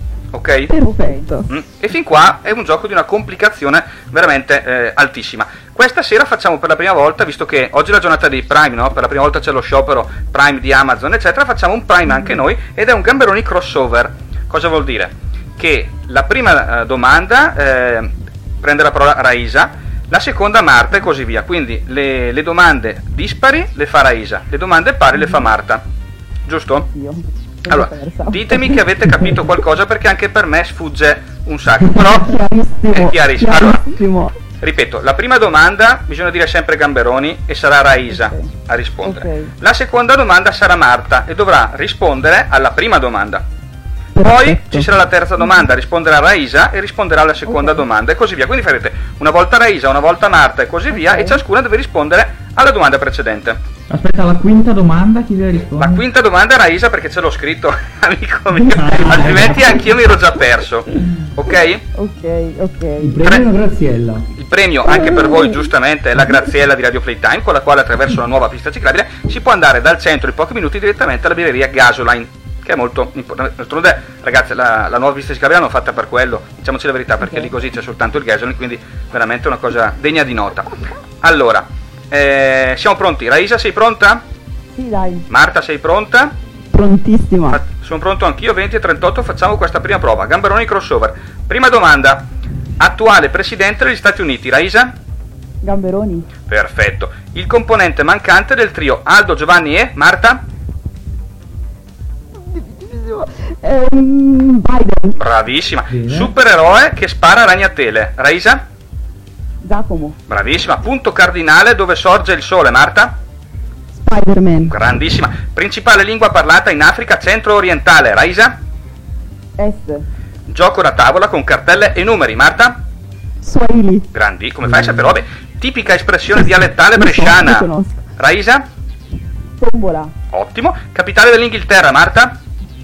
Ok? Perfetto. Mm. E fin qua è un gioco di una complicazione veramente eh, altissima. Questa sera facciamo per la prima volta, visto che oggi è la giornata dei Prime, no? Per la prima volta c'è lo sciopero Prime di Amazon, eccetera, facciamo un Prime anche noi ed è un Gamberoni crossover. Cosa vuol dire? Che la prima eh, domanda eh, prende la parola Raisa, la seconda Marta e così via. Quindi le, le domande dispari le fa Raisa, le domande pari le fa Marta. Giusto? Io. Allora, persa. ditemi che avete capito qualcosa perché anche per me sfugge un sacco, però Chiarissimo. è chiarissimo. Allora, chiarissimo. ripeto, la prima domanda bisogna dire sempre Gamberoni e sarà Raisa Ok. a rispondere. Ok. La seconda domanda sarà Marta e dovrà rispondere alla prima domanda. Poi Perfetto. ci sarà la terza domanda, risponderà Raisa e risponderà alla seconda Ok. domanda e così via. Quindi farete una volta Raisa, una volta Marta e così via Ok. e ciascuna deve rispondere alla domanda precedente. Aspetta, la quinta domanda chi deve rispondere? La quinta domanda è Raisa perché ce l'ho scritto, amico mio, Ah. altrimenti anch'io mi ero già perso. Ok? Ok, ok. Il premio è una Graziella. Il premio anche per voi giustamente è la Graziella di Radio Playtime, con la quale attraverso la nuova pista ciclabile si può andare dal centro in pochi minuti direttamente alla birreria Gasoline, che è molto importante. D'altronde, ragazzi, la, la nuova pista ciclabile l'hanno fatta per quello, diciamoci la verità, perché lì così c'è soltanto il Gasoline, quindi veramente una cosa degna di nota. Allora, eh, siamo pronti? Raisa, sei pronta? Sì, dai. Marta, sei pronta? Prontissima. Fa- Sono pronto anch'io, venti e trentotto, facciamo questa prima prova. Gamberoni crossover. Prima domanda. Attuale presidente degli Stati Uniti, Raisa? Gamberoni. Perfetto. Il componente mancante del trio Aldo, Giovanni e Marta? Ehm, Biden. Bravissima. Bene. Supereroe che spara a ragnatele, Raisa? Giacomo. Bravissima. Punto cardinale dove sorge il sole, Marta? Spider-Man. Grandissima. Principale lingua parlata in Africa centro-orientale, Raisa? Est. Gioco da tavola con cartelle e numeri, Marta? Swahili. Grandi, come fai a sapere? Vabbè, tipica espressione dialettale Lo so, bresciana. lo conosco. Raisa? Tombola. Ottimo. Capitale dell'Inghilterra, Marta?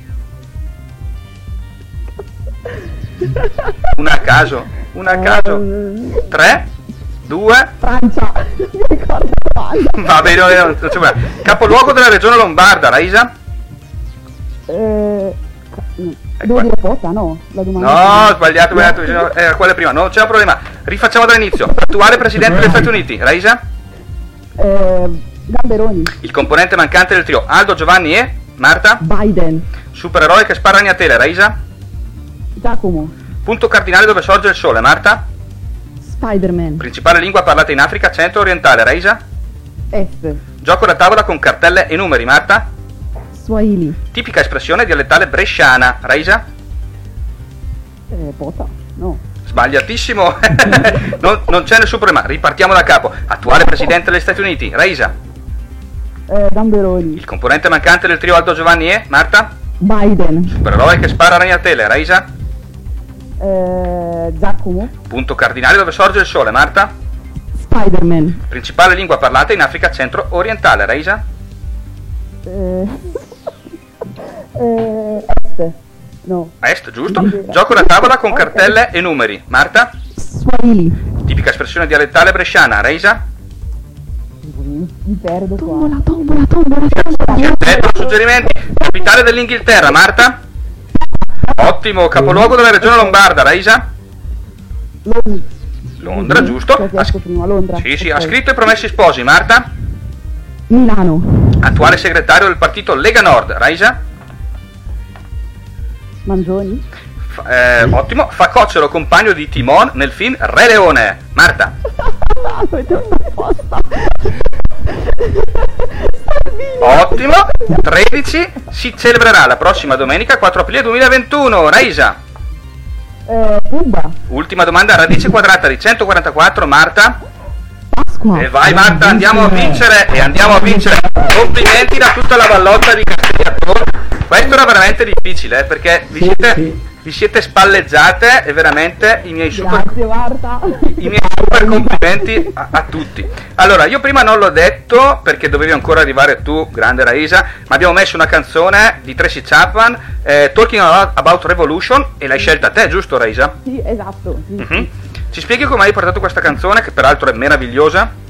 Una a caso, una a caso. Ehm, tre, due, Francia. Mi ricordo Francia. va bene, non- non c'è problema. Capoluogo della regione Lombarda, Raisa? Eh, qua. devo dire Pota, no? La domanda. No, sbagliato, sbagliato, bisogna- era quella prima, non c'è un problema. Rifacciamo dall'inizio. Attuale presidente degli Stati Uniti, Raisa? Eh, Gamberoni. Il componente mancante del trio Aldo, Giovanni e Marta? Biden. Supereroe che spara ragnatele, Raisa? Giacomo. Punto cardinale dove sorge il sole, Marta? Spider-Man. Principale lingua parlata in Africa centro-orientale, Raisa? Est. Gioco da tavola con cartelle e numeri, Marta? Swahili. Tipica espressione dialettale bresciana, Raisa? Eh, Pota, no. Sbagliatissimo, non, non c'è nessun problema, ripartiamo da capo. Attuale presidente degli Stati Uniti, Raisa? Eh, Gamberoni. Il componente mancante del trio Aldo, Giovanni e Marta? Biden. Supereroe che spara a ragnatele, Raisa? Eh, Giacomo. Punto cardinale dove sorge il sole, Marta? Spider-Man. Principale lingua parlata in Africa centro-orientale, Raisa? Eh, eh, Est. No. A est, giusto? Gioco da tavola con cartelle e numeri, Marta? Swahili. Tipica espressione dialettale bresciana, Raisa? perdo qua. Tombola, tombola, tombola, Ti ha detto suggerimenti. Capitale dell'Inghilterra, Marta? Ottimo. Capoluogo della regione Lombarda, Raisa? Londra. Londra, giusto. Ti ho chiesto Ha- prima, Londra. Sì, sì, Ok. ha scritto e promessi sposi, Marta? Milano. Attuale segretario del partito Lega Nord, Raisa? Manzoni. Fa- eh, ottimo. Facocero, compagno di Timon nel film Re Leone, Marta? Avete risposta. Ottimo. tredici. Si celebrerà la prossima domenica quattro aprile duemilaventuno, Raisa? Eh, Cuba. Ultima domanda, radice quadrata di centoquarantaquattro, Marta? Pasqua. E vai Marta, andiamo a vincere e andiamo a vincere. Complimenti da tutta la ballotta di Castigliatore. Questo era veramente difficile, eh, perché vi Sì, siete, sì. vi siete spalleggiate e veramente i miei super, Grazie Marta. i miei super complimenti a, a tutti. Allora, io prima non l'ho detto perché dovevi ancora arrivare tu, grande Raisa, ma abbiamo messo una canzone di Tracy Chapman, eh, Talking About Revolution, e l'hai scelta te, giusto Raisa? Sì, esatto. Sì, Mhm. sì. Ci spieghi come hai portato questa canzone, che peraltro è meravigliosa?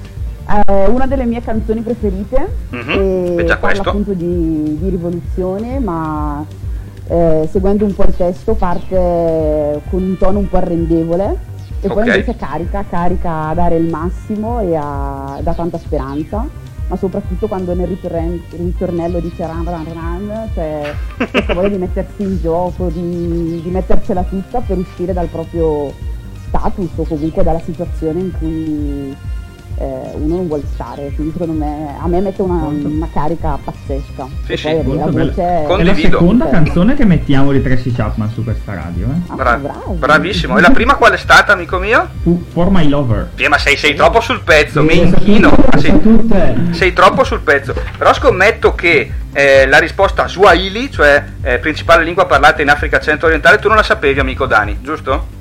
È una delle mie canzoni preferite Mhm, e è già parla questo. appunto di, di rivoluzione, ma eh, seguendo un po' il testo parte con un tono un po' arrendevole e poi Ok. invece carica, carica a dare il massimo e a, dà tanta speranza, ma soprattutto quando nel ritorren- ritornello dice ran ran ran, cioè questa voglia di mettersi in gioco, di, di mettercela tutta per uscire dal proprio status o comunque dalla situazione in cui eh, uno non vuole stare, quindi secondo me a me mette una, una carica pazzesca. Sì, E sì, poi la molto bella. voce È la Condivido. seconda canzone che mettiamo di Tracy Chapman su questa radio, eh? Ah, Bra- bravo. bravissimo. E la prima qual è stata, amico mio? Fu- For My Lover. Sì, ma sei, sei troppo sul pezzo, mi Sì, sa inchino. tutte, Ah, sa sì. tutte. Sei troppo sul pezzo. Però scommetto che eh, la risposta Swahili, cioè eh, principale lingua parlata in Africa centro-orientale, tu non la sapevi, amico Dani, giusto?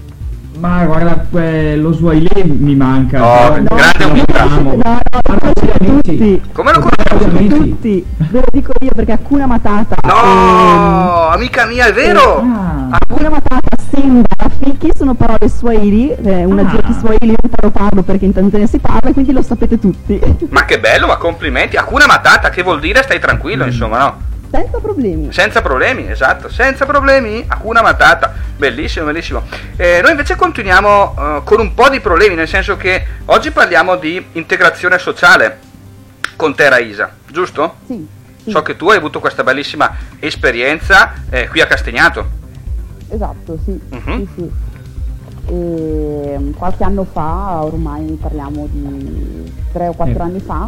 Ma guarda, eh, lo Swahili mi manca. No, però- grande lo umiltà. amo. No, no, lo conoscete tutti. Come lo Lo conosci? conoscete Amici. tutti. Ve lo dico io perché Hakuna Matata. No, amica mia, è vero. Ah. ehm, Hakuna Matata, Simba, Rafiki sono parole Swahili, eh, una Ah. giro di Swahili io imparo parlo perché in Tanzania si parla e quindi lo sapete tutti. Ma che bello, ma complimenti. Hakuna Matata, che vuol dire stai tranquillo, insomma, no? Senza problemi. Senza problemi, esatto, senza problemi, Hakuna Matata, bellissimo, bellissimo. Eh, noi invece continuiamo eh, con un po' di problemi, nel senso che oggi parliamo di integrazione sociale con te Raisa, giusto? Sì. sì. So che tu hai avuto questa bellissima esperienza eh, qui a Castagnato. Esatto, sì. Mhm. sì, sì. E, mm, qualche anno fa, ormai parliamo di tre o quattro Eh. anni fa,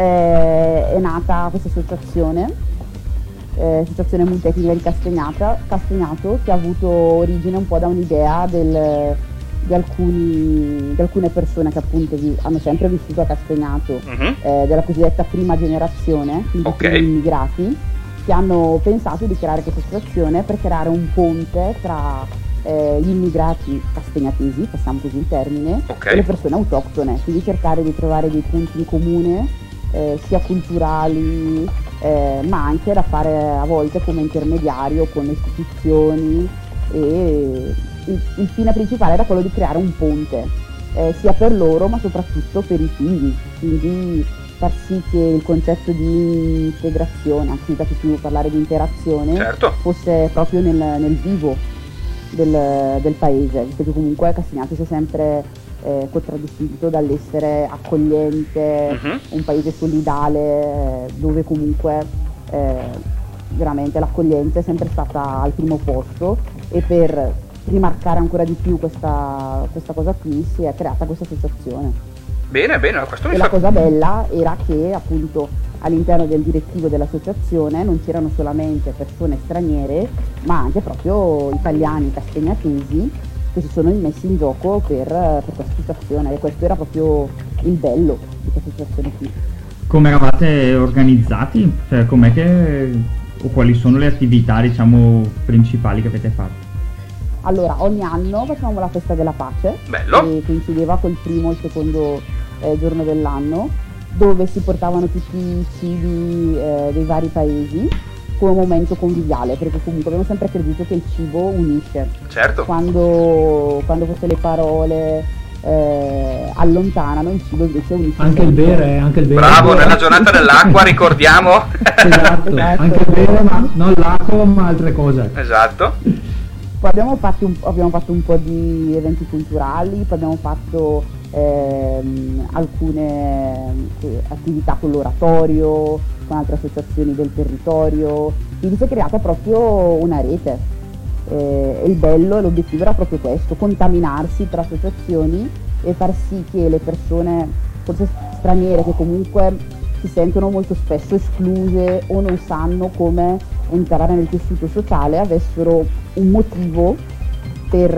eh, è nata questa associazione, eh, Associazione Multietnica di Castagnata, Castagnato, che ha avuto origine un po' da un'idea del, di, alcuni, di alcune persone che appunto vi- hanno sempre vissuto a Castagnato, Mhm. eh, della cosiddetta prima generazione, quindi Ok. tutti gli immigrati, che hanno pensato di creare questa associazione per creare un ponte tra eh, gli immigrati castagnatesi, passiamo così il termine, Ok. e le persone autoctone, quindi cercare di trovare dei punti in comune, eh, sia culturali, eh, ma anche da fare a volte come intermediario con le istituzioni, e il, il fine principale era quello di creare un ponte, eh, sia per loro ma soprattutto per i figli, quindi far sì che il concetto di integrazione, anzi mi piace più parlare di interazione, Certo. fosse proprio nel, nel vivo del, del paese, visto che comunque Castagnato si è sempre eh, contraddistinto dall'essere accogliente, Mhm. un paese solidale, eh, dove comunque eh, veramente l'accoglienza è sempre stata al primo posto, e per rimarcare ancora di più questa, questa cosa qui si è creata questa associazione. Bene, bene, questo mi E fa... la cosa bella era che appunto all'interno del direttivo dell'associazione non c'erano solamente persone straniere, ma anche proprio italiani, castagnatesi, che si sono messi in gioco per, per questa situazione, e questo era proprio il bello di questa situazione qui. Come eravate organizzati? Cioè, com'è che... o quali sono le attività, diciamo, principali che avete fatto? Allora, ogni anno facevamo la festa della pace, Bello. che coincideva col primo e il secondo eh, giorno dell'anno, dove si portavano tutti i cibi eh, dei vari paesi come momento conviviale, perché comunque abbiamo sempre creduto che il cibo unisce. Certo. Quando, quando fosse le parole eh, allontanano, il cibo invece unisce. Anche il bere, anche il bere. Bravo, nella giornata dell'acqua ricordiamo. Esatto, Esatto. anche il bere, ma non l'acqua, ma altre cose. Esatto. Poi abbiamo fatto, un, abbiamo fatto un po' di eventi culturali, poi abbiamo fatto ehm, alcune eh, attività con l'oratorio, con altre associazioni del territorio, quindi si è creata proprio una rete. Eh, e il bello e l'obiettivo era proprio questo, contaminarsi tra associazioni e far sì che le persone, forse straniere, che comunque si sentono molto spesso escluse o non sanno come entrare nel tessuto sociale, avessero un motivo per,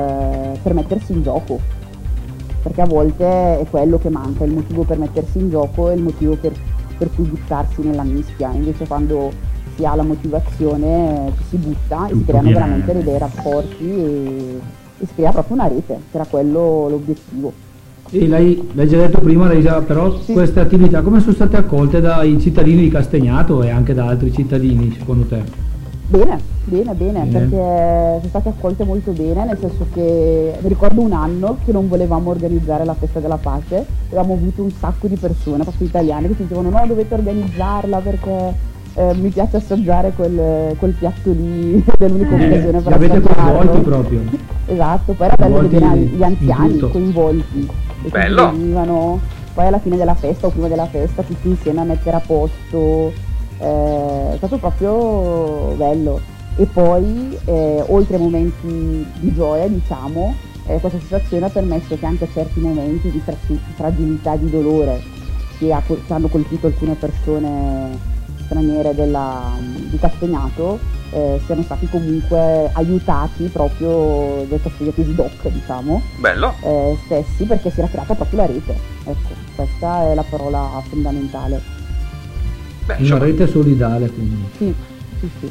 eh, per mettersi in gioco, perché a volte è quello che manca, il motivo per mettersi in gioco e il motivo per, per cui buttarsi nella mischia. Invece quando si ha la motivazione eh, ci si butta e si creano veramente dei bei rapporti e, e si crea proprio una rete, che era quello l'obiettivo. E l'hai, l'hai già detto prima, l'hai già, però sì. Queste attività come sono state accolte dai cittadini di Castagnato e anche da altri cittadini secondo te? Bene, bene, bene, Bene. perché sono state accolte molto bene, nel senso che mi ricordo un anno che non volevamo organizzare la festa della pace, avevamo avuto un sacco di persone, proprio italiane, che ci dicevano no, dovete organizzarla perché eh, mi piace assaggiare quel, quel piatto lì, ed è l'unica occasione per Li avete assaggiarlo. coinvolti proprio. Esatto, poi era bello Coinvolti vedere in- gli anziani in tutto. coinvolti, e Bello. tutti venivano, poi alla fine della festa o prima della festa tutti insieme a mettere a posto, eh, è stato proprio bello. E poi eh, oltre ai momenti di gioia, diciamo, eh, questa associazione ha permesso che anche certi momenti di fra- fragilità e di dolore che, ha col- che hanno colpito alcune persone straniere della, di Castagnato eh, siano stati comunque aiutati proprio dai Castigliatesi Doc, diciamo, Bello. eh, stessi, perché si era creata proprio la rete. Ecco, questa è la parola fondamentale. Beh, Una insomma, rete solidale quindi. Sì, sì, sì.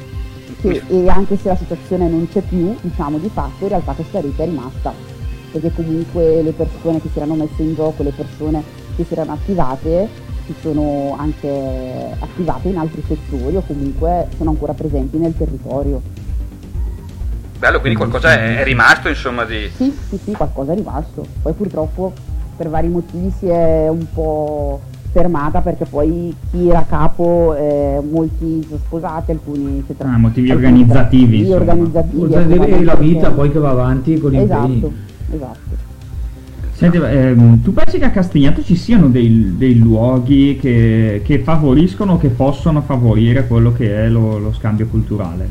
Sì, e anche se la situazione non c'è più, diciamo di fatto, in realtà questa rete è rimasta, perché comunque le persone che si erano messe in gioco, le persone che si erano attivate, si sono anche attivate in altri settori o comunque sono ancora presenti nel territorio. bello, quindi qualcosa è, è rimasto, insomma, di... Sì, sì, sì, qualcosa è rimasto. Poi purtroppo per vari motivi si è un po' fermata, perché poi chi era a capo, eh, molti sono sposati, alcuni eccetera. Ah, motivi Alcuni organizzativi, Sì, insomma. organizzativi. E la vita perché- poi che va avanti con gli Esatto, impegni. esatto. Senti, ehm, tu pensi che a Castagnato ci siano dei, dei luoghi che, che favoriscono, che possono favorire quello che è lo, lo scambio culturale?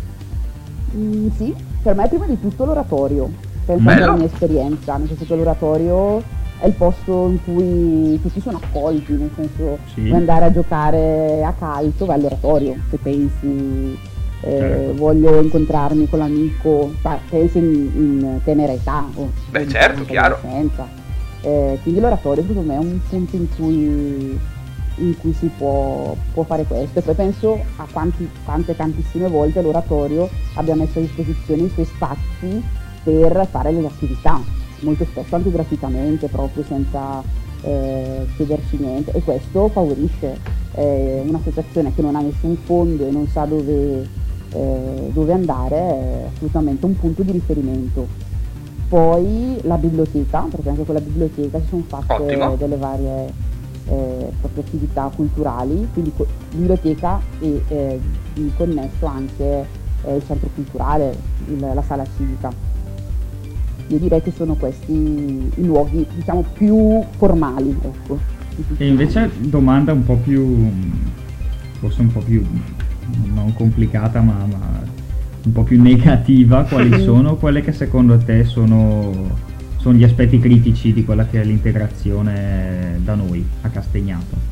Mm, sì, per me prima di tutto l'oratorio, penso Bello. alla mia esperienza, nel senso che l'oratorio è il posto in cui tutti sono accolti, nel senso Sì. vuoi andare a giocare a calcio, vai all'oratorio, se pensi eh, Certo. voglio incontrarmi con l'amico, cioè, pensi in, in tenera età o Beh, in- certo, in chiaro. adolescenza. Eh, quindi l'oratorio secondo me è un punto in cui in cui si può, può fare questo. E poi penso a quanti, quante tantissime volte l'oratorio abbia messo a disposizione i suoi spazi per fare le attività, molto spesso anche gratuitamente, proprio senza eh, chiederci niente, e questo favorisce eh, un'associazione che non ha nessun fondo e non sa dove, eh, dove andare, è assolutamente un punto di riferimento. Poi la biblioteca, perché anche con la biblioteca si sono fatte Ottimo. delle varie eh, proprio attività culturali, quindi co- biblioteca e eh, di connesso anche eh, il centro culturale, il- la sala civica. Io direi che sono questi i luoghi, diciamo, più formali, ecco. di tutti E invece domanda un po' più, forse un po' più, non complicata, ma, ma un po' più negativa, quali sono quelle che secondo te sono, sono gli aspetti critici di quella che è l'integrazione da noi a Castagnato?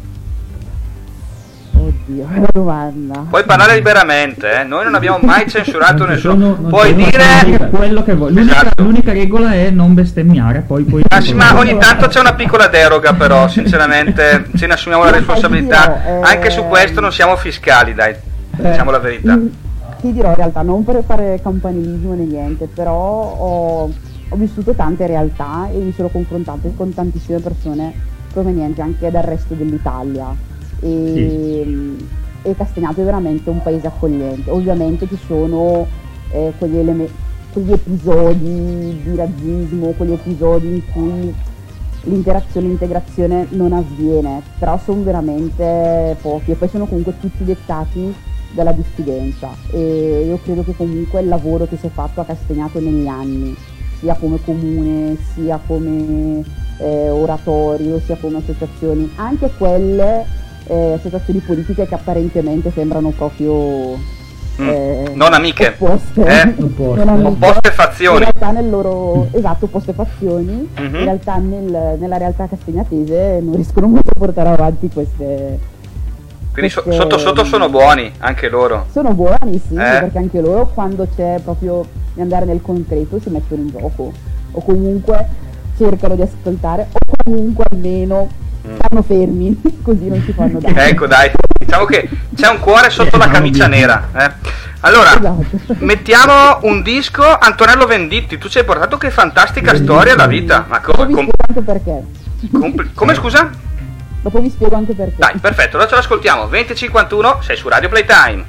Oddio, è una domanda. Puoi parlare liberamente, eh? Noi non abbiamo mai censurato Non ci nessuno. sono- non Puoi ci sono dire... censure. Quello che vuoi. L'unica, Esatto. l'unica regola è non bestemmiare, poi puoi... Ah, sì, ma ogni tanto c'è una piccola deroga, però sinceramente ce ne assumiamo la No, responsabilità. ti dirò, eh, Anche su questo non siamo fiscali, dai, diciamo la verità. Mm, Ti dirò in realtà, non per fare campanilismo né niente, però ho, ho vissuto tante realtà e mi sono confrontata con tantissime persone provenienti anche dal resto dell'Italia. E, e Castagnato è veramente un paese accogliente. Ovviamente ci sono eh, quegli elementi, quegli episodi di razzismo, quegli episodi in cui l'interazione e l'integrazione non avviene, però sono veramente pochi e poi sono comunque tutti dettati dalla diffidenza, e io credo che comunque il lavoro che si è fatto a Castagnato negli anni, sia come comune, sia come eh, oratorio, sia come associazioni, anche quelle eh, associazioni politiche che apparentemente sembrano proprio Eh, non amiche, opposte, eh? opposte. Non amiche. Opposte fazioni. In realtà nel loro, esatto, opposte fazioni, mm-hmm. in realtà nel, nella realtà castagnatese non riescono molto a portare avanti queste... Quindi queste, so, sotto sotto sono buoni, anche loro. Sono buoni, sì, eh? perché anche loro quando c'è proprio di andare nel concreto si mettono in gioco, o comunque cercano di ascoltare, o comunque almeno stanno fermi, così non si fanno dare. Ecco, dai, diciamo che c'è un cuore sotto la camicia nera. Eh. Allora, esatto. Mettiamo un disco. Antonello Venditti, tu ci hai portato che fantastica Venditti. Storia alla vita. Ma co- Dopo vi spiego anche perché. Compl- come scusa? Dopo vi spiego anche perché. Dai, perfetto, allora ce l'ascoltiamo. venti e cinquantuno, sei su Radio Playtime.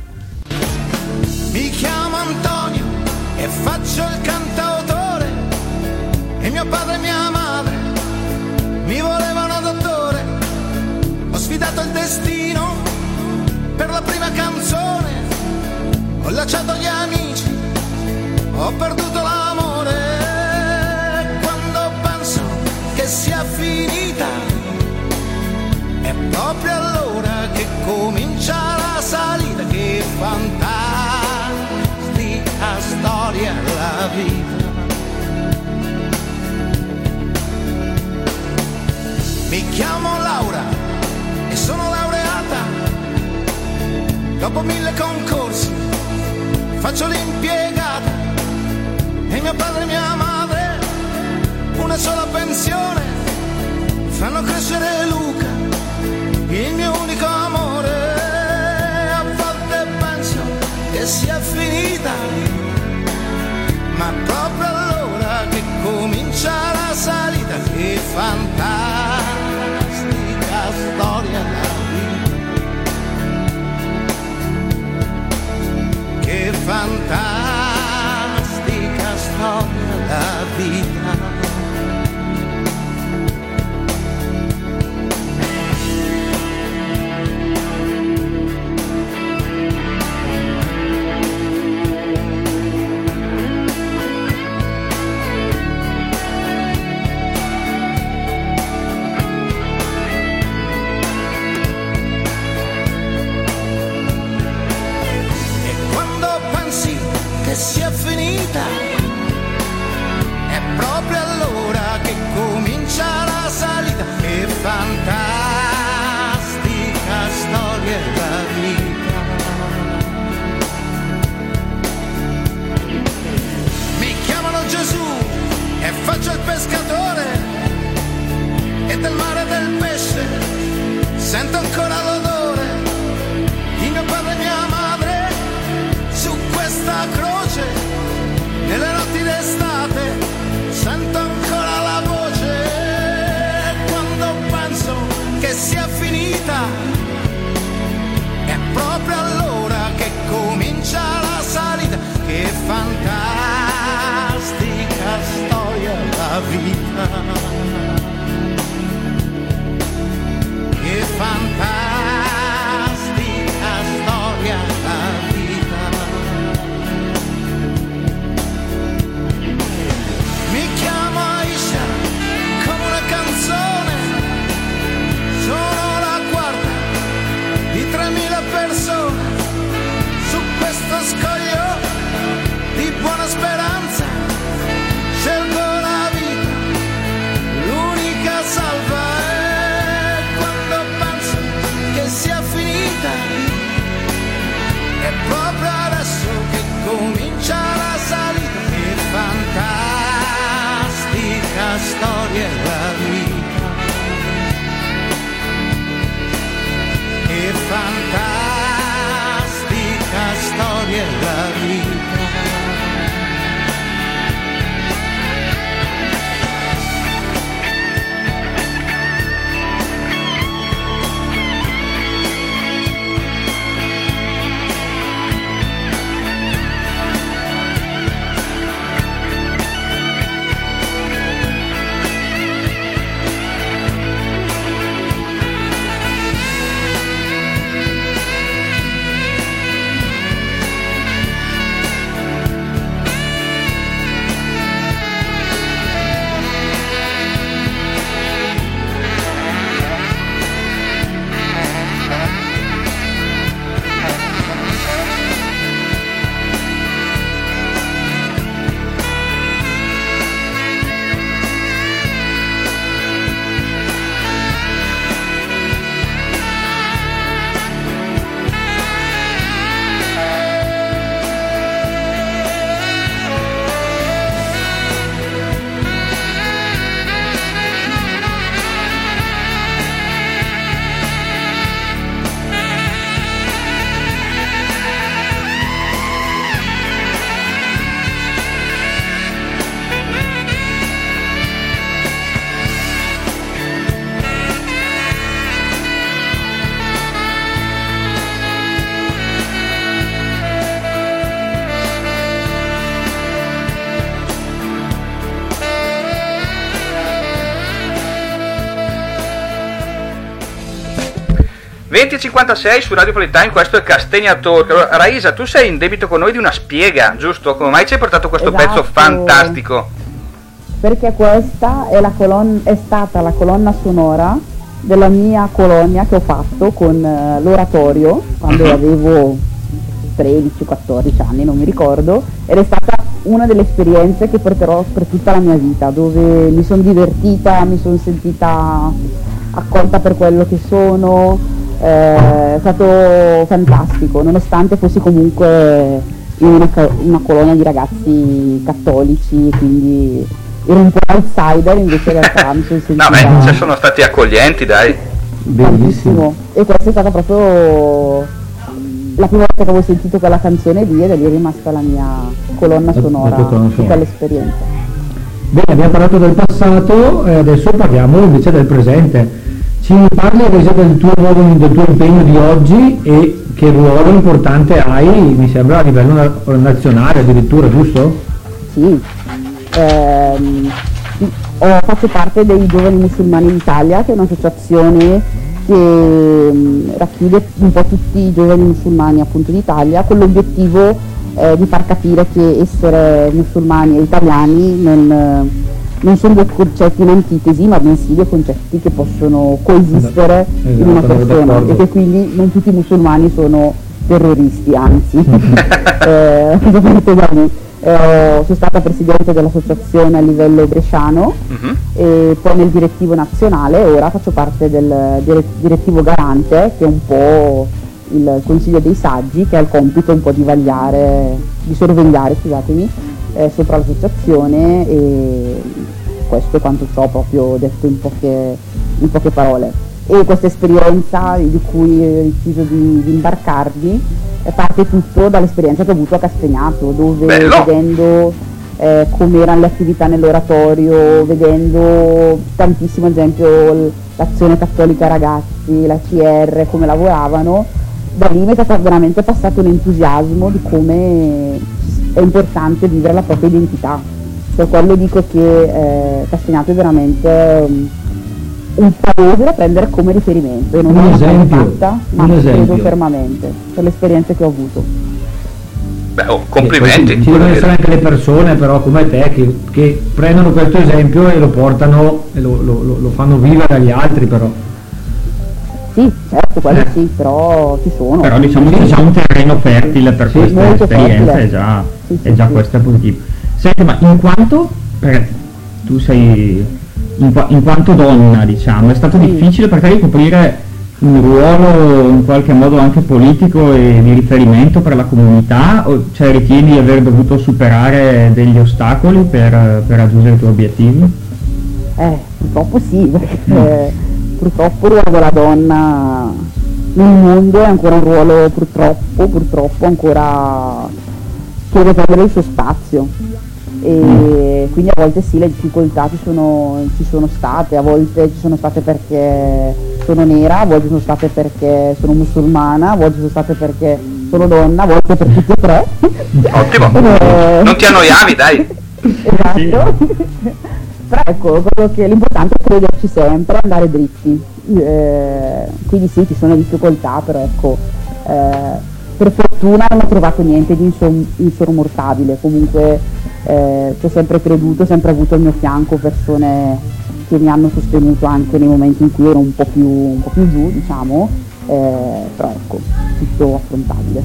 Mi chiamo Antonio e faccio il cantautore, e mio padre e mia madre mi volevano dottore. Ho sfidato il destino per la prima canzone, ho lasciato gli amici, ho perduto l'amore. Quando penso che sia finita, è proprio allora che comincia la salita. Che fantastica storia la vita. Mi chiamo Laura e sono laureata. Dopo mille concorsi faccio l'impiegata, e mio padre e mia madre una sola pensione fanno crescere Luca, il mio unico amore. A volte penso che sia finita, ma proprio allora che comincia la salita. Che fantastica storia la vita, che fantastica storia la vita. Che sia finita, è proprio allora che comincia la salita. Che fantastica storia è la vita. Mi chiamano Gesù e faccio il pescatore, e del mare e del pesce sento ancora l'odore di mio padre e mia madre su questa croce. Nelle notti d'estate sento ancora la voce. Quando penso che sia finita, è proprio allora che comincia la salita. Che fantastica storia la vita, che fantastica storia la vita. Mi chiamo Aisha come una canzone, sono la quarta di tremila persone su questo scoglio di buona speranza. Scelgo la vita, l'unica salva, e quando penso che sia finita, è proprio adesso che comincia la salita. Che fantastica storia è la vita, che fantastica storia è la vita. venti e cinquantasei su Radio Playtime, questo è Castagna Talk. Allora, Raisa, tu sei in debito con noi di una spiega, giusto? Come mai ci hai portato questo Esatto. pezzo fantastico? Perché questa è, la colon- è stata la colonna sonora della mia colonia che ho fatto con uh, l'oratorio quando Mhm. avevo tredici quattordici anni, non mi ricordo, ed è stata una delle esperienze che porterò per tutta la mia vita, dove mi sono divertita, mi sono sentita accolta per quello che sono, eh, è stato fantastico, nonostante fossi comunque in una, ca- una colonia di ragazzi cattolici, quindi ero un po' outsider, invece in realtà mi sono sentita No, beh, cioè, sono stati accoglienti, dai. bellissimo. E questa è stata proprio la prima volta che avevo sentito quella canzone lì, e da lì è rimasta la mia colonna La- la sonora tua colonna di sonora. quell'esperienza. Bene, abbiamo parlato del passato e adesso parliamo invece del presente. Ci parli invece del tuo, nuovo- del tuo impegno di oggi e che ruolo importante hai, mi sembra, a livello na- nazionale addirittura, giusto? Sì, ehm, ho fatto parte dei Giovani Musulmani d'Italia, che è un'associazione che mh, racchiude un po' tutti i giovani musulmani appunto d'Italia, con l'obiettivo eh, di far capire che essere musulmani e italiani non, eh, non sono due concetti in antitesi, ma bensì due concetti che possono coesistere in una Esatto, sono persona, d'accordo. e che quindi non tutti i musulmani sono terroristi, anzi. eh, da parte da me. Eh, sono stata presidente dell'associazione a livello bresciano Mhm. e poi nel direttivo nazionale, ora faccio parte del dire- direttivo garante, che è un po' il consiglio dei saggi, che ha il compito un po' di vagliare, di sorvegliare, scusatemi, eh, sopra l'associazione, e questo è quanto so proprio detto in poche, in poche parole. E questa esperienza di cui ho deciso di, di imbarcarmi eh, parte tutto dall'esperienza che ho avuto a Castagnato, dove Bello! vedendo eh, come erano le attività nell'oratorio, vedendo tantissimo, ad esempio l- l'azione cattolica ragazzi, la C R, come lavoravano, da lì mi è stato veramente passato un entusiasmo di come è importante vivere la propria identità. Per quello dico che eh, Castagnato è veramente um, un paese da prendere come riferimento, e non Un è una cosa esempio, fatta, ma un ci credo esempio. fermamente per le esperienze che ho avuto. Beh, oh, complimenti. Ci devono essere anche le persone però come te che, che prendono questo esempio e lo portano e lo, lo- lo- lo fanno vivere agli altri però. Sì, certo, quello Eh. sì, però ci sono. Però diciamo che c'è già un terreno fertile per Sì, questa molto esperienza, fertile. è già, Sì, sì, è già sì. questo è positivo. Senti, ma in quanto, perché tu sei, in, qua- in quanto donna, diciamo, è stato Sì. difficile per te ricoprire un ruolo in qualche modo anche politico e di riferimento per la comunità, o cioè ritieni di aver dovuto superare degli ostacoli per, per raggiungere i tuoi obiettivi? Eh, purtroppo sì, perché purtroppo il ruolo della donna nel mondo è ancora un ruolo purtroppo, purtroppo ancora che deve prendere il suo spazio. E quindi a volte sì, le difficoltà ci sono, ci sono state, a volte ci sono state perché sono nera, a volte sono state perché sono musulmana, a volte sono state perché sono donna, a volte per tutte e tre. Ottimo. Eh, Non ti annoiavi, dai. Esatto. Però ecco, quello che l'importante è crederci sempre, andare dritti. Eh, quindi sì, ci sono difficoltà, però ecco, eh, per fortuna non ho trovato niente di insom- insormontabile. Comunque eh, ci ho sempre creduto, ho sempre avuto al mio fianco persone che mi hanno sostenuto anche nei momenti in cui ero un po' più, un po' più giù, diciamo, eh, però ecco, tutto affrontabile.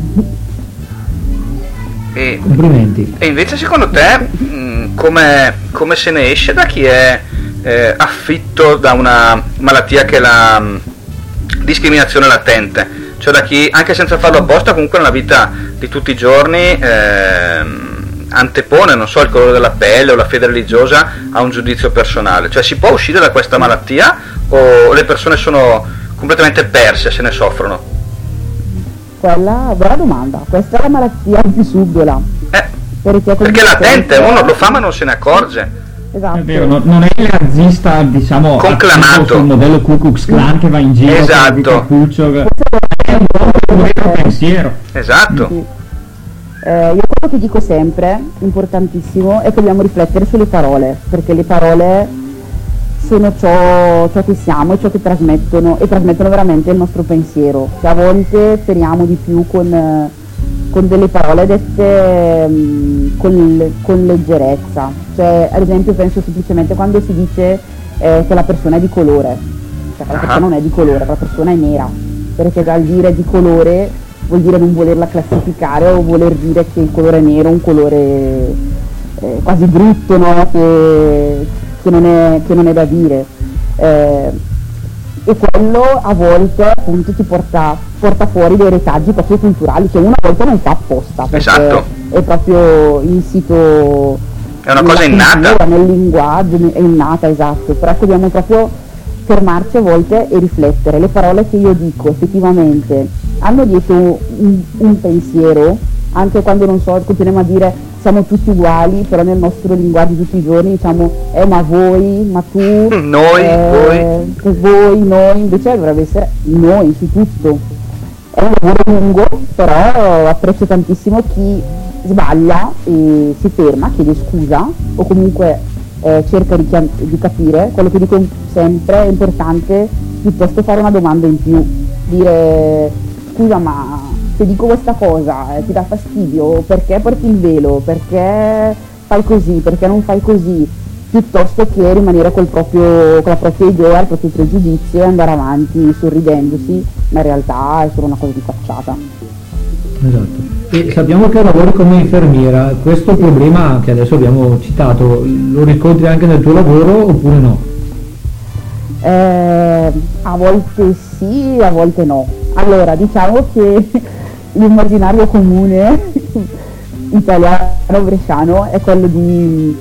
E, Complimenti. e invece secondo te mh, come, come se ne esce da chi è eh, afflitto da una malattia che è la mh, discriminazione latente? Cioè da chi, anche senza farlo apposta, comunque nella vita di tutti i giorni ehm, antepone, non so, il colore della pelle o la fede religiosa a un giudizio personale. Cioè si può uscire da questa malattia o le persone sono completamente perse, se ne soffrono? Quella, bella domanda, questa è la malattia più subdola. Eh, Perché, perché è latente, uno lo fa ma non se ne accorge. Esatto. È vero, no- non è il razzista, diciamo, Conclamato. attivo sul modello Ku Klux Klan che va in giro Esatto. con il cappuccio, che- è un po' un vero pensiero. Esatto. Sì. Eh, io quello che dico sempre, importantissimo, è che dobbiamo riflettere sulle parole, perché le parole sono ciò, ciò che siamo e ciò che trasmettono, e trasmettono veramente il nostro pensiero, che a volte feriamo di più con, con delle parole dette mh, con, con leggerezza. Cioè, ad esempio, penso semplicemente quando si dice eh, che la persona è di colore, cioè la persona non è di colore, la persona è nera, perché dal dire di colore vuol dire non volerla classificare o voler dire che il colore nero è un colore eh, quasi brutto, no? che, che, non è, che non è da dire. Eh, e quello a volte appunto ti porta, porta fuori dei retaggi proprio culturali che una volta non fa apposta, perché esatto. è proprio insito, è una cosa innata, cultura, nel linguaggio, è innata, esatto, però dobbiamo proprio fermarci a volte e riflettere. Le parole che io dico effettivamente hanno dietro un, un pensiero, anche quando, non so, continuiamo a dire siamo tutti uguali, però nel nostro linguaggio tutti i giorni diciamo eh ma voi, ma tu, noi, eh, voi, voi, noi, invece dovrebbe essere noi su tutto. È un lavoro lungo, però apprezzo tantissimo chi sbaglia e si ferma, chiede scusa o comunque eh, cerca di, chiam- di capire. Quello che dico sempre è importante piuttosto fare una domanda in più, dire scusa ma se dico questa cosa eh, ti dà fastidio, perché porti il velo, perché fai così, perché non fai così, piuttosto che rimanere col proprio, con la propria idea, il proprio pregiudizio e andare avanti sorridendosi, ma in realtà è solo una cosa di facciata. Esatto. E sappiamo che lavori come infermiera, questo problema che adesso abbiamo citato lo riscontri anche nel tuo lavoro oppure no? Eh, a volte sì, a volte no. Allora, diciamo che l'immaginario comune italiano bresciano è quello di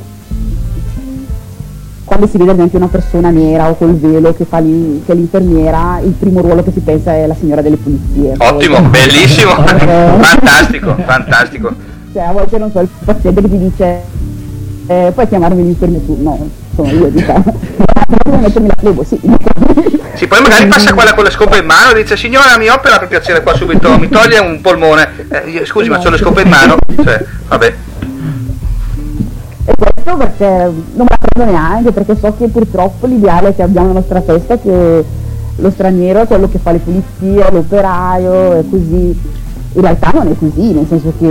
quando si vede ad esempio una persona nera o col velo che fa l'in- che è l'infermiera, il primo ruolo che si pensa è la signora delle pulizie. Ottimo, Poi, bellissimo, eh, fantastico, fantastico. Cioè a volte non so, il paziente che ti dice eh, puoi chiamarmi l'infermiera tu? No, sono io, diciamo. Come mettermi la flebo, sì. Sì, poi magari passa quella con le scope in mano e dice signora mi opera per piacere qua subito, mi toglie un polmone. Eh, io, scusi ma c'ho le scope in mano, cioè, vabbè. E questo perché non me la prendo neanche, perché so che purtroppo l'ideale che abbiamo nella nostra testa è che lo straniero è quello che fa le pulizie, l'operaio e così. In realtà non è così, nel senso che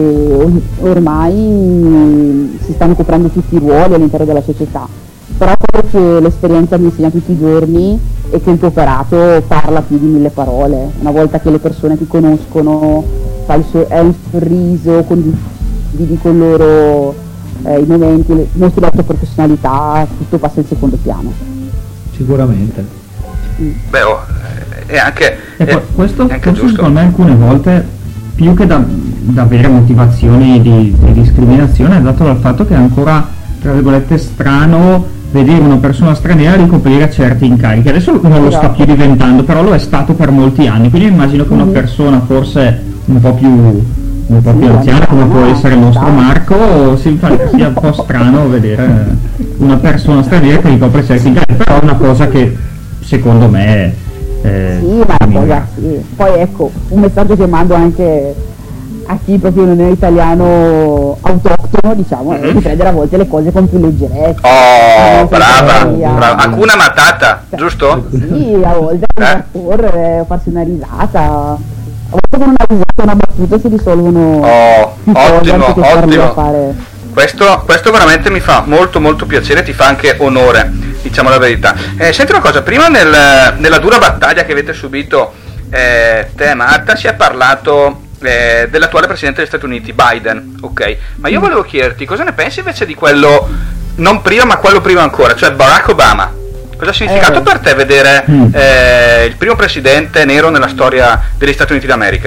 ormai si stanno coprendo tutti i ruoli all'interno della società. Però quello che l'esperienza mi insegna tutti i giorni è che il tuo operato parla più di mille parole. Una volta che le persone ti conoscono, fai il so- hai un sorriso, condividi con loro eh, i momenti, le- mostri la tua professionalità, tutto passa in secondo piano. Sicuramente. Beh, oh, è anche, E è, poi questo, è anche questo giusto. secondo me alcune volte, più che da, da avere motivazioni di, di discriminazione, è dato dal fatto che è ancora, tra virgolette, strano vedere una persona straniera ricoprire certi incarichi. Adesso non lo sta più diventando, però lo è stato per molti anni, quindi immagino che una persona forse un po' più un po' più anziana, come può essere il nostro Marco, si fa sia un po' strano vedere una persona straniera che ricopre certi incarichi, però è una cosa che secondo me eh, Sì, ma è una cosa, sì. Poi ecco, un messaggio che mando anche a chi proprio non è italiano autoctono, diciamo, è di prendere a volte le cose con più leggerezza. Oh, Non brava, senza via. brava. Hakuna Matata, giusto? Sì, a volte Eh? correre, farsi una risata. A volte con una risata e una battuta si risolvono Oh, più cose ottimo, anche che starle ottimo. a fare. Questo, questo veramente mi fa molto molto piacere, ti fa anche onore, diciamo la verità. Eh, senti una cosa, prima nel, nella dura battaglia che avete subito eh, te e Marta si è parlato eh, dell'attuale presidente degli Stati Uniti, Biden, ok? Ma io volevo chiederti cosa ne pensi invece di quello, non prima ma quello prima ancora, cioè Barack Obama. Cosa ha significato Eh. per te vedere Mm. eh, il primo presidente nero nella storia degli Stati Uniti d'America?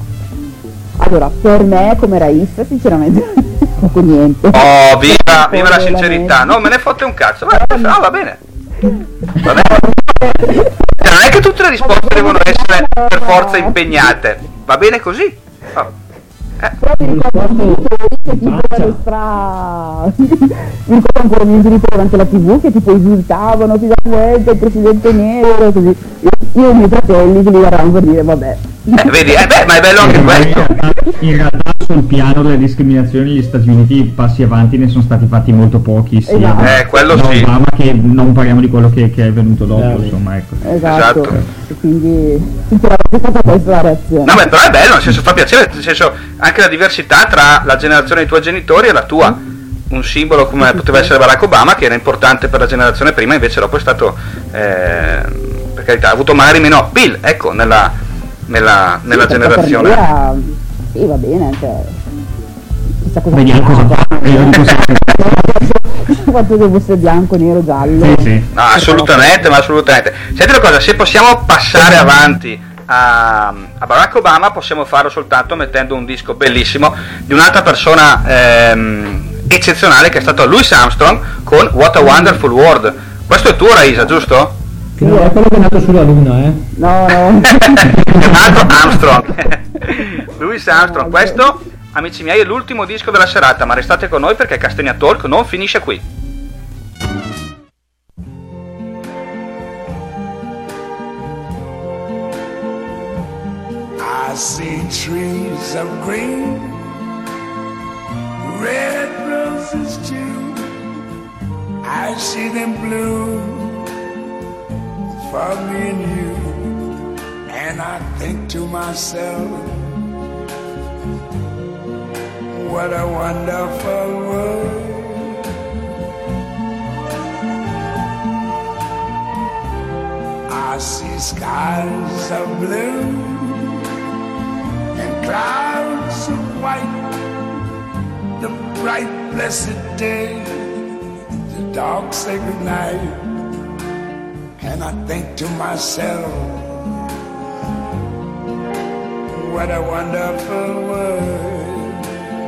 Allora, per me come Raif sinceramente poco niente. Oh, viva, viva la Poi sincerità, no, me ne fotte un cazzo, va, no, va bene. Va bene. Cioè, non è che tutte le risposte devono essere per forza impegnate, va bene così. Oh. Eh, Però mi ricordo che tipo ero stra... mi ricordo ancora i miei genitori davanti alla tv che tipo esultavano, ti dà vuelta il presidente nero, così. Io, io e i miei fratelli che li guardavamo per dire vabbè, Eh, vedi, eh, beh, ma è bello anche questo. In realtà sul piano delle discriminazioni negli Stati Uniti i passi avanti ne sono stati fatti molto pochi, sia Esatto. da- Eh, quello da sì. Obama, che non parliamo di quello che, che è venuto dopo, Certo. insomma, ecco. Esatto. Esatto. E quindi sinceramente è stata questa la reazione. No, beh, però è bello, nel senso fa piacere, nel senso anche la diversità tra la generazione dei tuoi genitori e la tua. Un simbolo come poteva essere Barack Obama, che era importante per la generazione prima, invece dopo è stato, eh, per carità, ha avuto magari meno appeal, ecco, nella, nella, nella Sì, perché generazione. per lui era- Sì, va bene, cioè... Chissà cosa Vediamo cosa fa. Io dico sempre- il fatto che fosse bianco, nero, giallo. Sì, sì. No, assolutamente, ma assolutamente. Senti una cosa, se possiamo passare avanti a, a Barack Obama, possiamo farlo soltanto mettendo un disco bellissimo di un'altra persona ehm, eccezionale, che è stato Louis Armstrong con What a Wonderful World. Questo è tuo, Raisa, giusto? Che non è quello che è nato sulla luna, eh? No, no. Chiamato Armstrong. Louis Armstrong. Questo, amici miei, è l'ultimo disco della serata, ma restate con noi perché Castagna Talk non finisce qui. I see trees of green, red roses too. I see them bloom for me and you. And I think to myself, what a wonderful world. I see skies of blue and clouds of white, the bright blessed day, the dark sacred night. And I think to myself, what a wonderful world.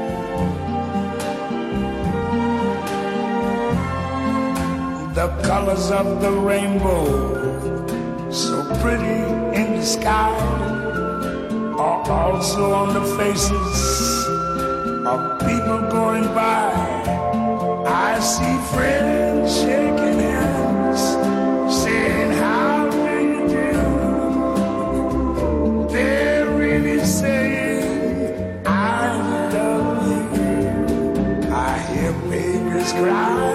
The colors of the rainbow, so pretty in the sky, are also on the faces of people going by. I see friends shaking hands, saying how do you do. They're really saying I love you. I hear babies cry,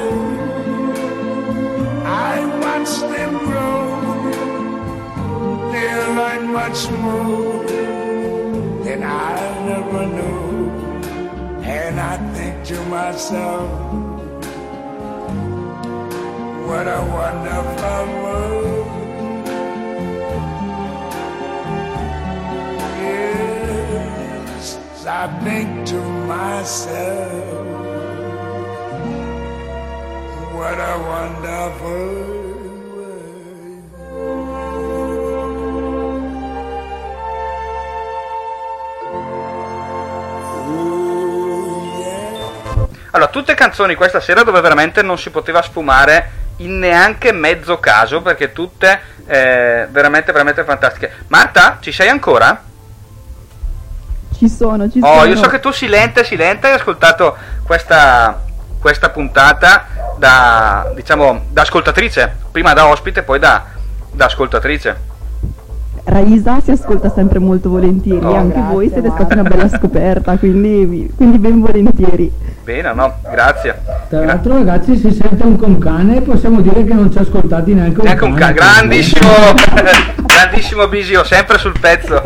I watch them grow. They learn much more than I never knew. And I think to myself, what a wonderful world. Yes, I think to myself, what a wonderful world. Allora, tutte canzoni questa sera dove veramente non si poteva sfumare in neanche mezzo caso, perché tutte eh, veramente veramente fantastiche. Marta, ci sei ancora? Ci sono, ci Oh, sono. io so che tu silente, silente hai ascoltato questa, questa puntata da, diciamo, da ascoltatrice, prima da ospite, poi da, da ascoltatrice. Raisa si ascolta sempre molto volentieri, Oh, anche grazie, voi siete Marta. stati una bella scoperta, quindi, quindi ben volentieri. Bene, no? Grazie. Tra l'altro, ragazzi, si sente un concane, possiamo dire che non ci ha ascoltati neanche un Ecco un ca- cane. grandissimo, grandissimo Bisio, sempre sul pezzo.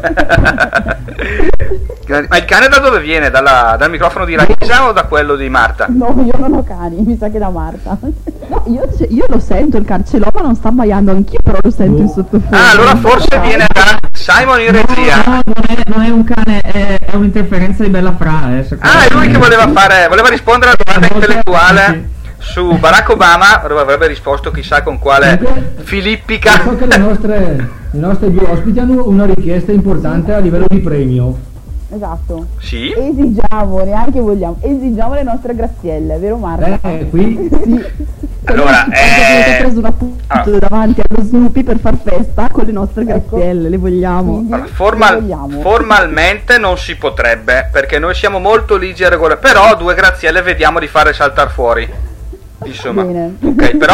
Ma il cane da dove viene? Dalla- dal microfono di Raisa o da quello di Marta? No, io non ho cani, mi sa che da Marta. No, io, ce- io lo sento il carcelloma, non sta abbaiando anch'io, però lo sento in sottofondo. Ah, allora forse viene da Simon in regia. No, non è, non è un cane, è, è un'interferenza di Bella Fra. Eh, secondo Ah, è lui me. che voleva fare, voleva rispondere alla domanda intellettuale su Barack Obama, dove avrebbe risposto chissà con quale Comunque, filippica. so che le nostre, i nostri due ospiti hanno una richiesta importante a livello di premio. Esatto. Sì? Esigiamo, neanche vogliamo, esigiamo le nostre grazielle, vero Marta? Eh, qui Sì. Allora, Anche avete eh, preso un appunto allora. davanti allo Snoopy per far festa con le nostre Ecco. grazielle, le vogliamo. Quindi, allora, formal- le vogliamo. formalmente non si potrebbe, perché noi siamo molto ligi e regolari, però due grazielle vediamo di fare saltare fuori. Insomma, Bene. ok, però dovreste venire a prenderle qui a Castagnato, alla sede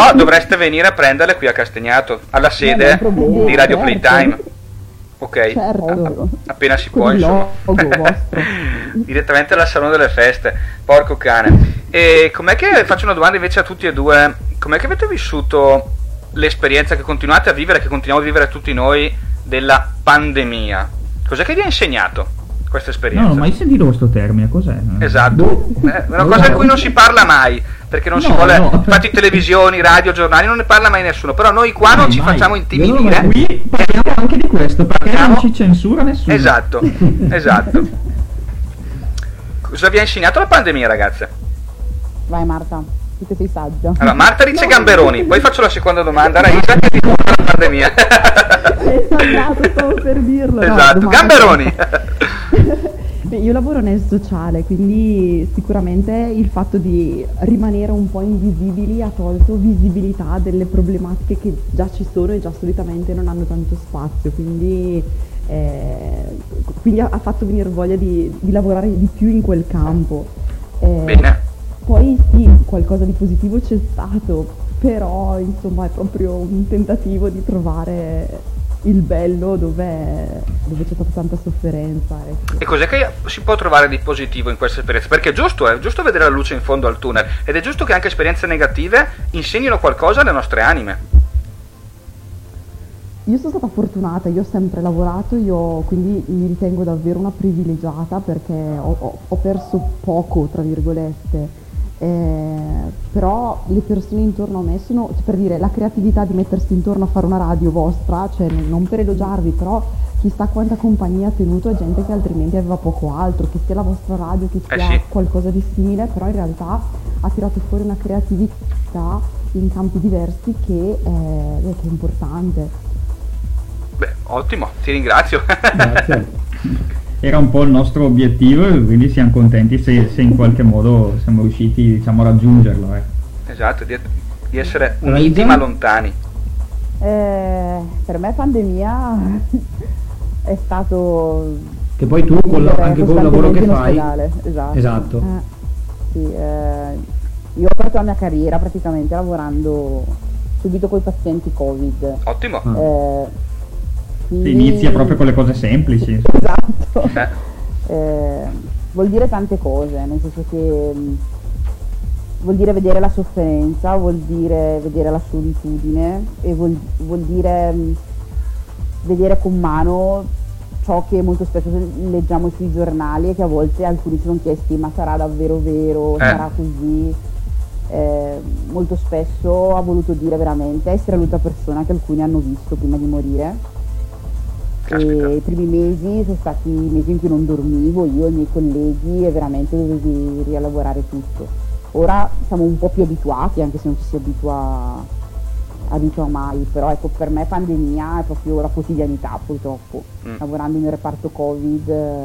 Non è un problema, di Radio certo. Playtime. Sì, certo. Poi, Certo. eh, Ok, Certo. appena si Con può, il insomma. logo vostro. Direttamente dal salone delle feste, porco cane. E com'è che, faccio una domanda invece a tutti e due, com'è che avete vissuto l'esperienza che continuate a vivere, che continuiamo a vivere tutti noi, della pandemia? Cos'è che vi ha insegnato questa esperienza? No, non ho mai sentito questo termine, cos'è? Esatto, è una cosa di cui non si parla mai, perché non si No, vuole, no. infatti televisioni, radio, giornali, non ne parla mai nessuno, però noi qua non Mai, ci mai. facciamo Ma intimidire. qui parliamo anche di questo, perché Parliamo- non ci censura nessuno. Esatto, esatto. Cosa vi ha insegnato la pandemia, ragazze? Vai Marta, tu che sei saggia. Allora, Marta dice gamberoni, poi faccio la seconda domanda a Raisa che ti conta la pandemia. Esatto, stavo per dirlo. no, Esatto, domanda- gamberoni. Beh, io lavoro nel sociale, quindi sicuramente il fatto di rimanere un po' invisibili ha tolto visibilità delle problematiche che già ci sono e già solitamente non hanno tanto spazio, quindi, eh, quindi ha, ha fatto venire voglia di, di lavorare di più in quel campo. Eh, Bene. Poi sì, qualcosa di positivo c'è stato, però insomma è proprio un tentativo di trovare il bello dove, dove c'è stata tanta sofferenza. Ecco. E cos'è che si può trovare di positivo in questa esperienza? Perché è giusto, è giusto vedere la luce in fondo al tunnel, ed è giusto che anche esperienze negative insegnino qualcosa alle nostre anime. Io sono stata fortunata, io ho sempre lavorato, io quindi mi ritengo davvero una privilegiata perché ho, ho- ho perso poco, tra virgolette, eh, però le persone intorno a me sono, cioè, per dire, la creatività di mettersi intorno a fare una radio vostra, cioè non per elogiarvi, però chissà quanta compagnia ha tenuto a gente che altrimenti aveva poco altro, che sia la vostra radio, che Eh sia sì. qualcosa di simile, però in realtà ha tirato fuori una creatività in campi diversi che, eh, che è importante. Beh, ottimo, ti ringrazio. Grazie. Era un po' il nostro obiettivo e quindi siamo contenti se, se in qualche modo siamo riusciti, diciamo, a raggiungerlo. Eh. Esatto, di, di essere uniti ma lontani. Eh, per me pandemia è stato Che poi tu con la- vivere anche col lavoro che costantemente in fai. ospedale, esatto. Esatto. Eh, sì, eh, io ho aperto la mia carriera praticamente lavorando subito con i pazienti Covid. Ottimo. Ah. Eh, Si quindi- inizia proprio con le cose semplici. Esatto. Eh, Eh, vuol dire tante cose, nel senso che mh, vuol dire vedere la sofferenza, vuol dire vedere la solitudine e vuol, vuol dire mh, vedere con mano ciò che molto spesso leggiamo sui giornali e che a volte alcuni si sono chiesti ma sarà davvero vero, Eh. sarà così. Eh, molto spesso ha voluto dire veramente essere l'ultima persona che alcuni hanno visto prima di morire. Caspita. E i primi mesi sono stati mesi in cui non dormivo, io e i miei colleghi, e veramente dovevi rielaborare tutto. Ora siamo un po' più abituati, anche se non ci si abitua, abitua mai, però ecco, per me pandemia è proprio la quotidianità purtroppo. Mm. Lavorando nel reparto Covid eh,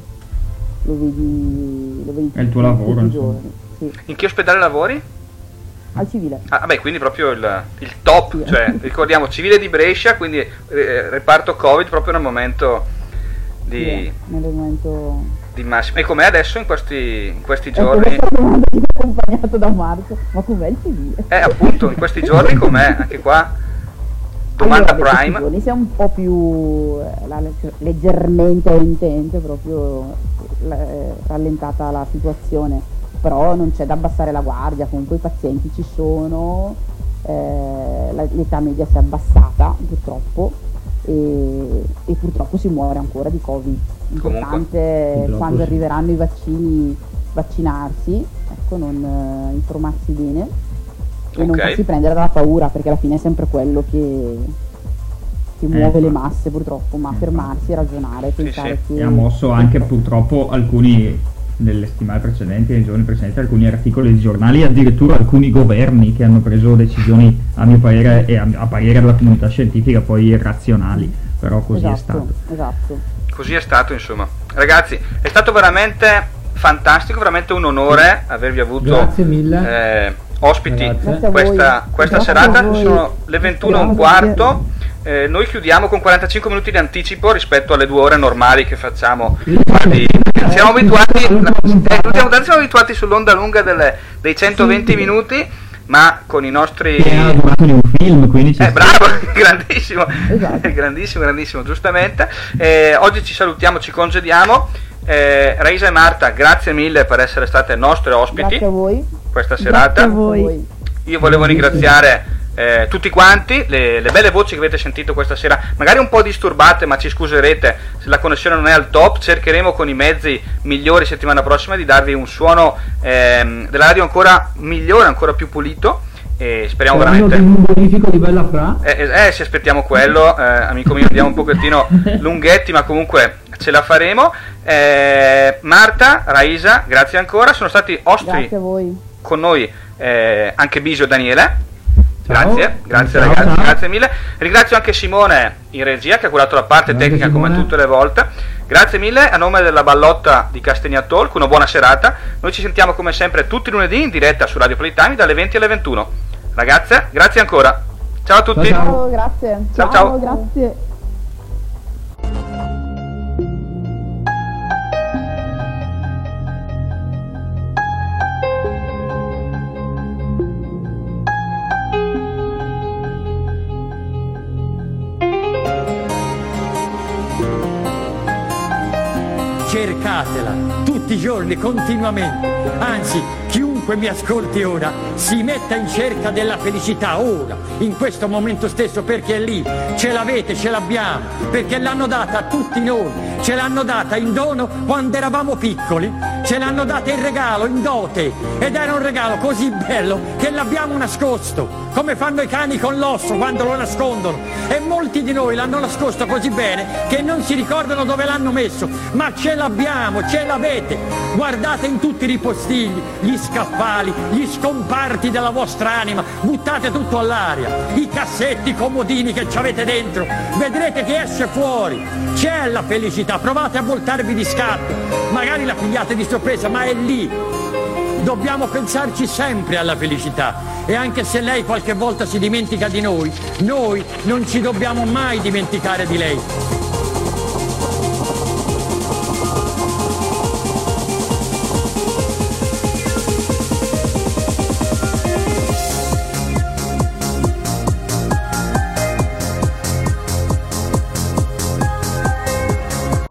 lo vedi, lo vedi È il tuo tutti- lavoro, tutti i insomma. giorni, sì. In che ospedale lavori? Al civile. Ah, beh, quindi proprio il, il top, Sì. cioè, ricordiamo, civile di Brescia, quindi eh, reparto Covid proprio nel momento di, Sì, nel momento. di massimo. E com'è adesso in questi, in questi Ecco, giorni? questa domanda che mi ha accompagnato da Marco, ma com'è il civile? Eh, appunto, in questi giorni com'è? Anche qua, domanda allora, beh, prime. questi giorni si è un po' più eh, la- leggermente intente, proprio la- eh, rallentata la situazione, però non c'è da abbassare la guardia, comunque i pazienti ci sono, eh, la- l'età media si è abbassata purtroppo e, e purtroppo si muore ancora di Covid. Importante Purtroppo quando sì. arriveranno i vaccini vaccinarsi, ecco, non eh, informarsi bene e non Ok. farsi prendere dalla paura, perché alla fine è sempre quello che, che muove Eh, le masse purtroppo, ma fermarsi, ragionare, pensare sì. che E ha mosso anche purtroppo alcuni, nelle settimane precedenti, nei giorni precedenti, alcuni articoli di giornali, addirittura alcuni governi che hanno preso decisioni, a mio parere e a, a parere della comunità scientifica, poi irrazionali, però così esatto, è stato. esatto. Così è stato, insomma. Ragazzi, è stato veramente fantastico, veramente un onore avervi avuto Grazie mille. eh, ospiti Grazie. Grazie a questa, voi. questa Grazie serata. a voi. Sono le ventuno e un Grazie. quarto. Eh, noi chiudiamo con quarantacinque minuti di anticipo rispetto alle due ore normali che facciamo. Di- siamo abituati, eh, l'ultima volta siamo abituati sull'onda lunga delle- dei centoventi minuti. ma con i nostri... Che ha durato di un film, quindi ci Eh, bravo, grandissimo, esatto. grandissimo, grandissimo, giustamente. Eh, oggi ci salutiamo, ci congediamo. Eh, Raisa e Marta, grazie mille per essere state nostre ospiti. Grazie a voi. Questa serata. Grazie a voi. Io volevo ringraziare eh, tutti quanti, le, le belle voci che avete sentito questa sera, magari un po' disturbate, ma ci scuserete se la connessione non è al top. Cercheremo con i mezzi migliori settimana prossima di darvi un suono ehm, della radio ancora migliore, ancora più pulito, e speriamo Saranno veramente un bonifico di Bella Fra. eh, eh, eh se aspettiamo quello, eh, amico mio, andiamo un pochettino lunghetti, ma comunque ce la faremo. eh, Marta, Raisa, grazie ancora, sono stati ospiti Grazie a voi. con noi eh, anche Bisio e Daniele. Ciao. Grazie, grazie Ciao, ragazzi, ciao. grazie mille. Ringrazio anche Simone in regia che ha curato la parte Grazie, tecnica come Simone. tutte le volte. Grazie mille a nome della ballotta di Castagna Talk, una buona serata. Noi ci sentiamo come sempre tutti i lunedì in diretta su Radio Playtime dalle venti alle ventuno. Ragazze, grazie ancora. Ciao a tutti. Ciao, Ciao, grazie. Ciao, ciao. Grazie. Cercatela tutti i giorni, continuamente. Anzi, chiunque mi ascolti ora si metta in cerca della felicità ora, in questo momento stesso, perché è lì, ce l'avete, ce l'abbiamo, perché l'hanno data a tutti noi, ce l'hanno data in dono quando eravamo piccoli, ce l'hanno data in regalo, in dote, ed era un regalo così bello che l'abbiamo nascosto, come fanno i cani con l'osso quando lo nascondono, e molti di noi l'hanno nascosto così bene che non si ricordano dove l'hanno messo, ma ce l'abbiamo, ce l'avete. Guardate in tutti i ripostigli, gli scaffali, gli scomparti della vostra anima, buttate tutto all'aria, i cassetti, i comodini che ci avete dentro, vedrete che esce fuori, c'è la felicità, provate a voltarvi di scatto, magari la pigliate di sorpresa, ma è lì. Dobbiamo pensarci sempre alla felicità, e anche se lei qualche volta si dimentica di noi, noi non ci dobbiamo mai dimenticare di lei.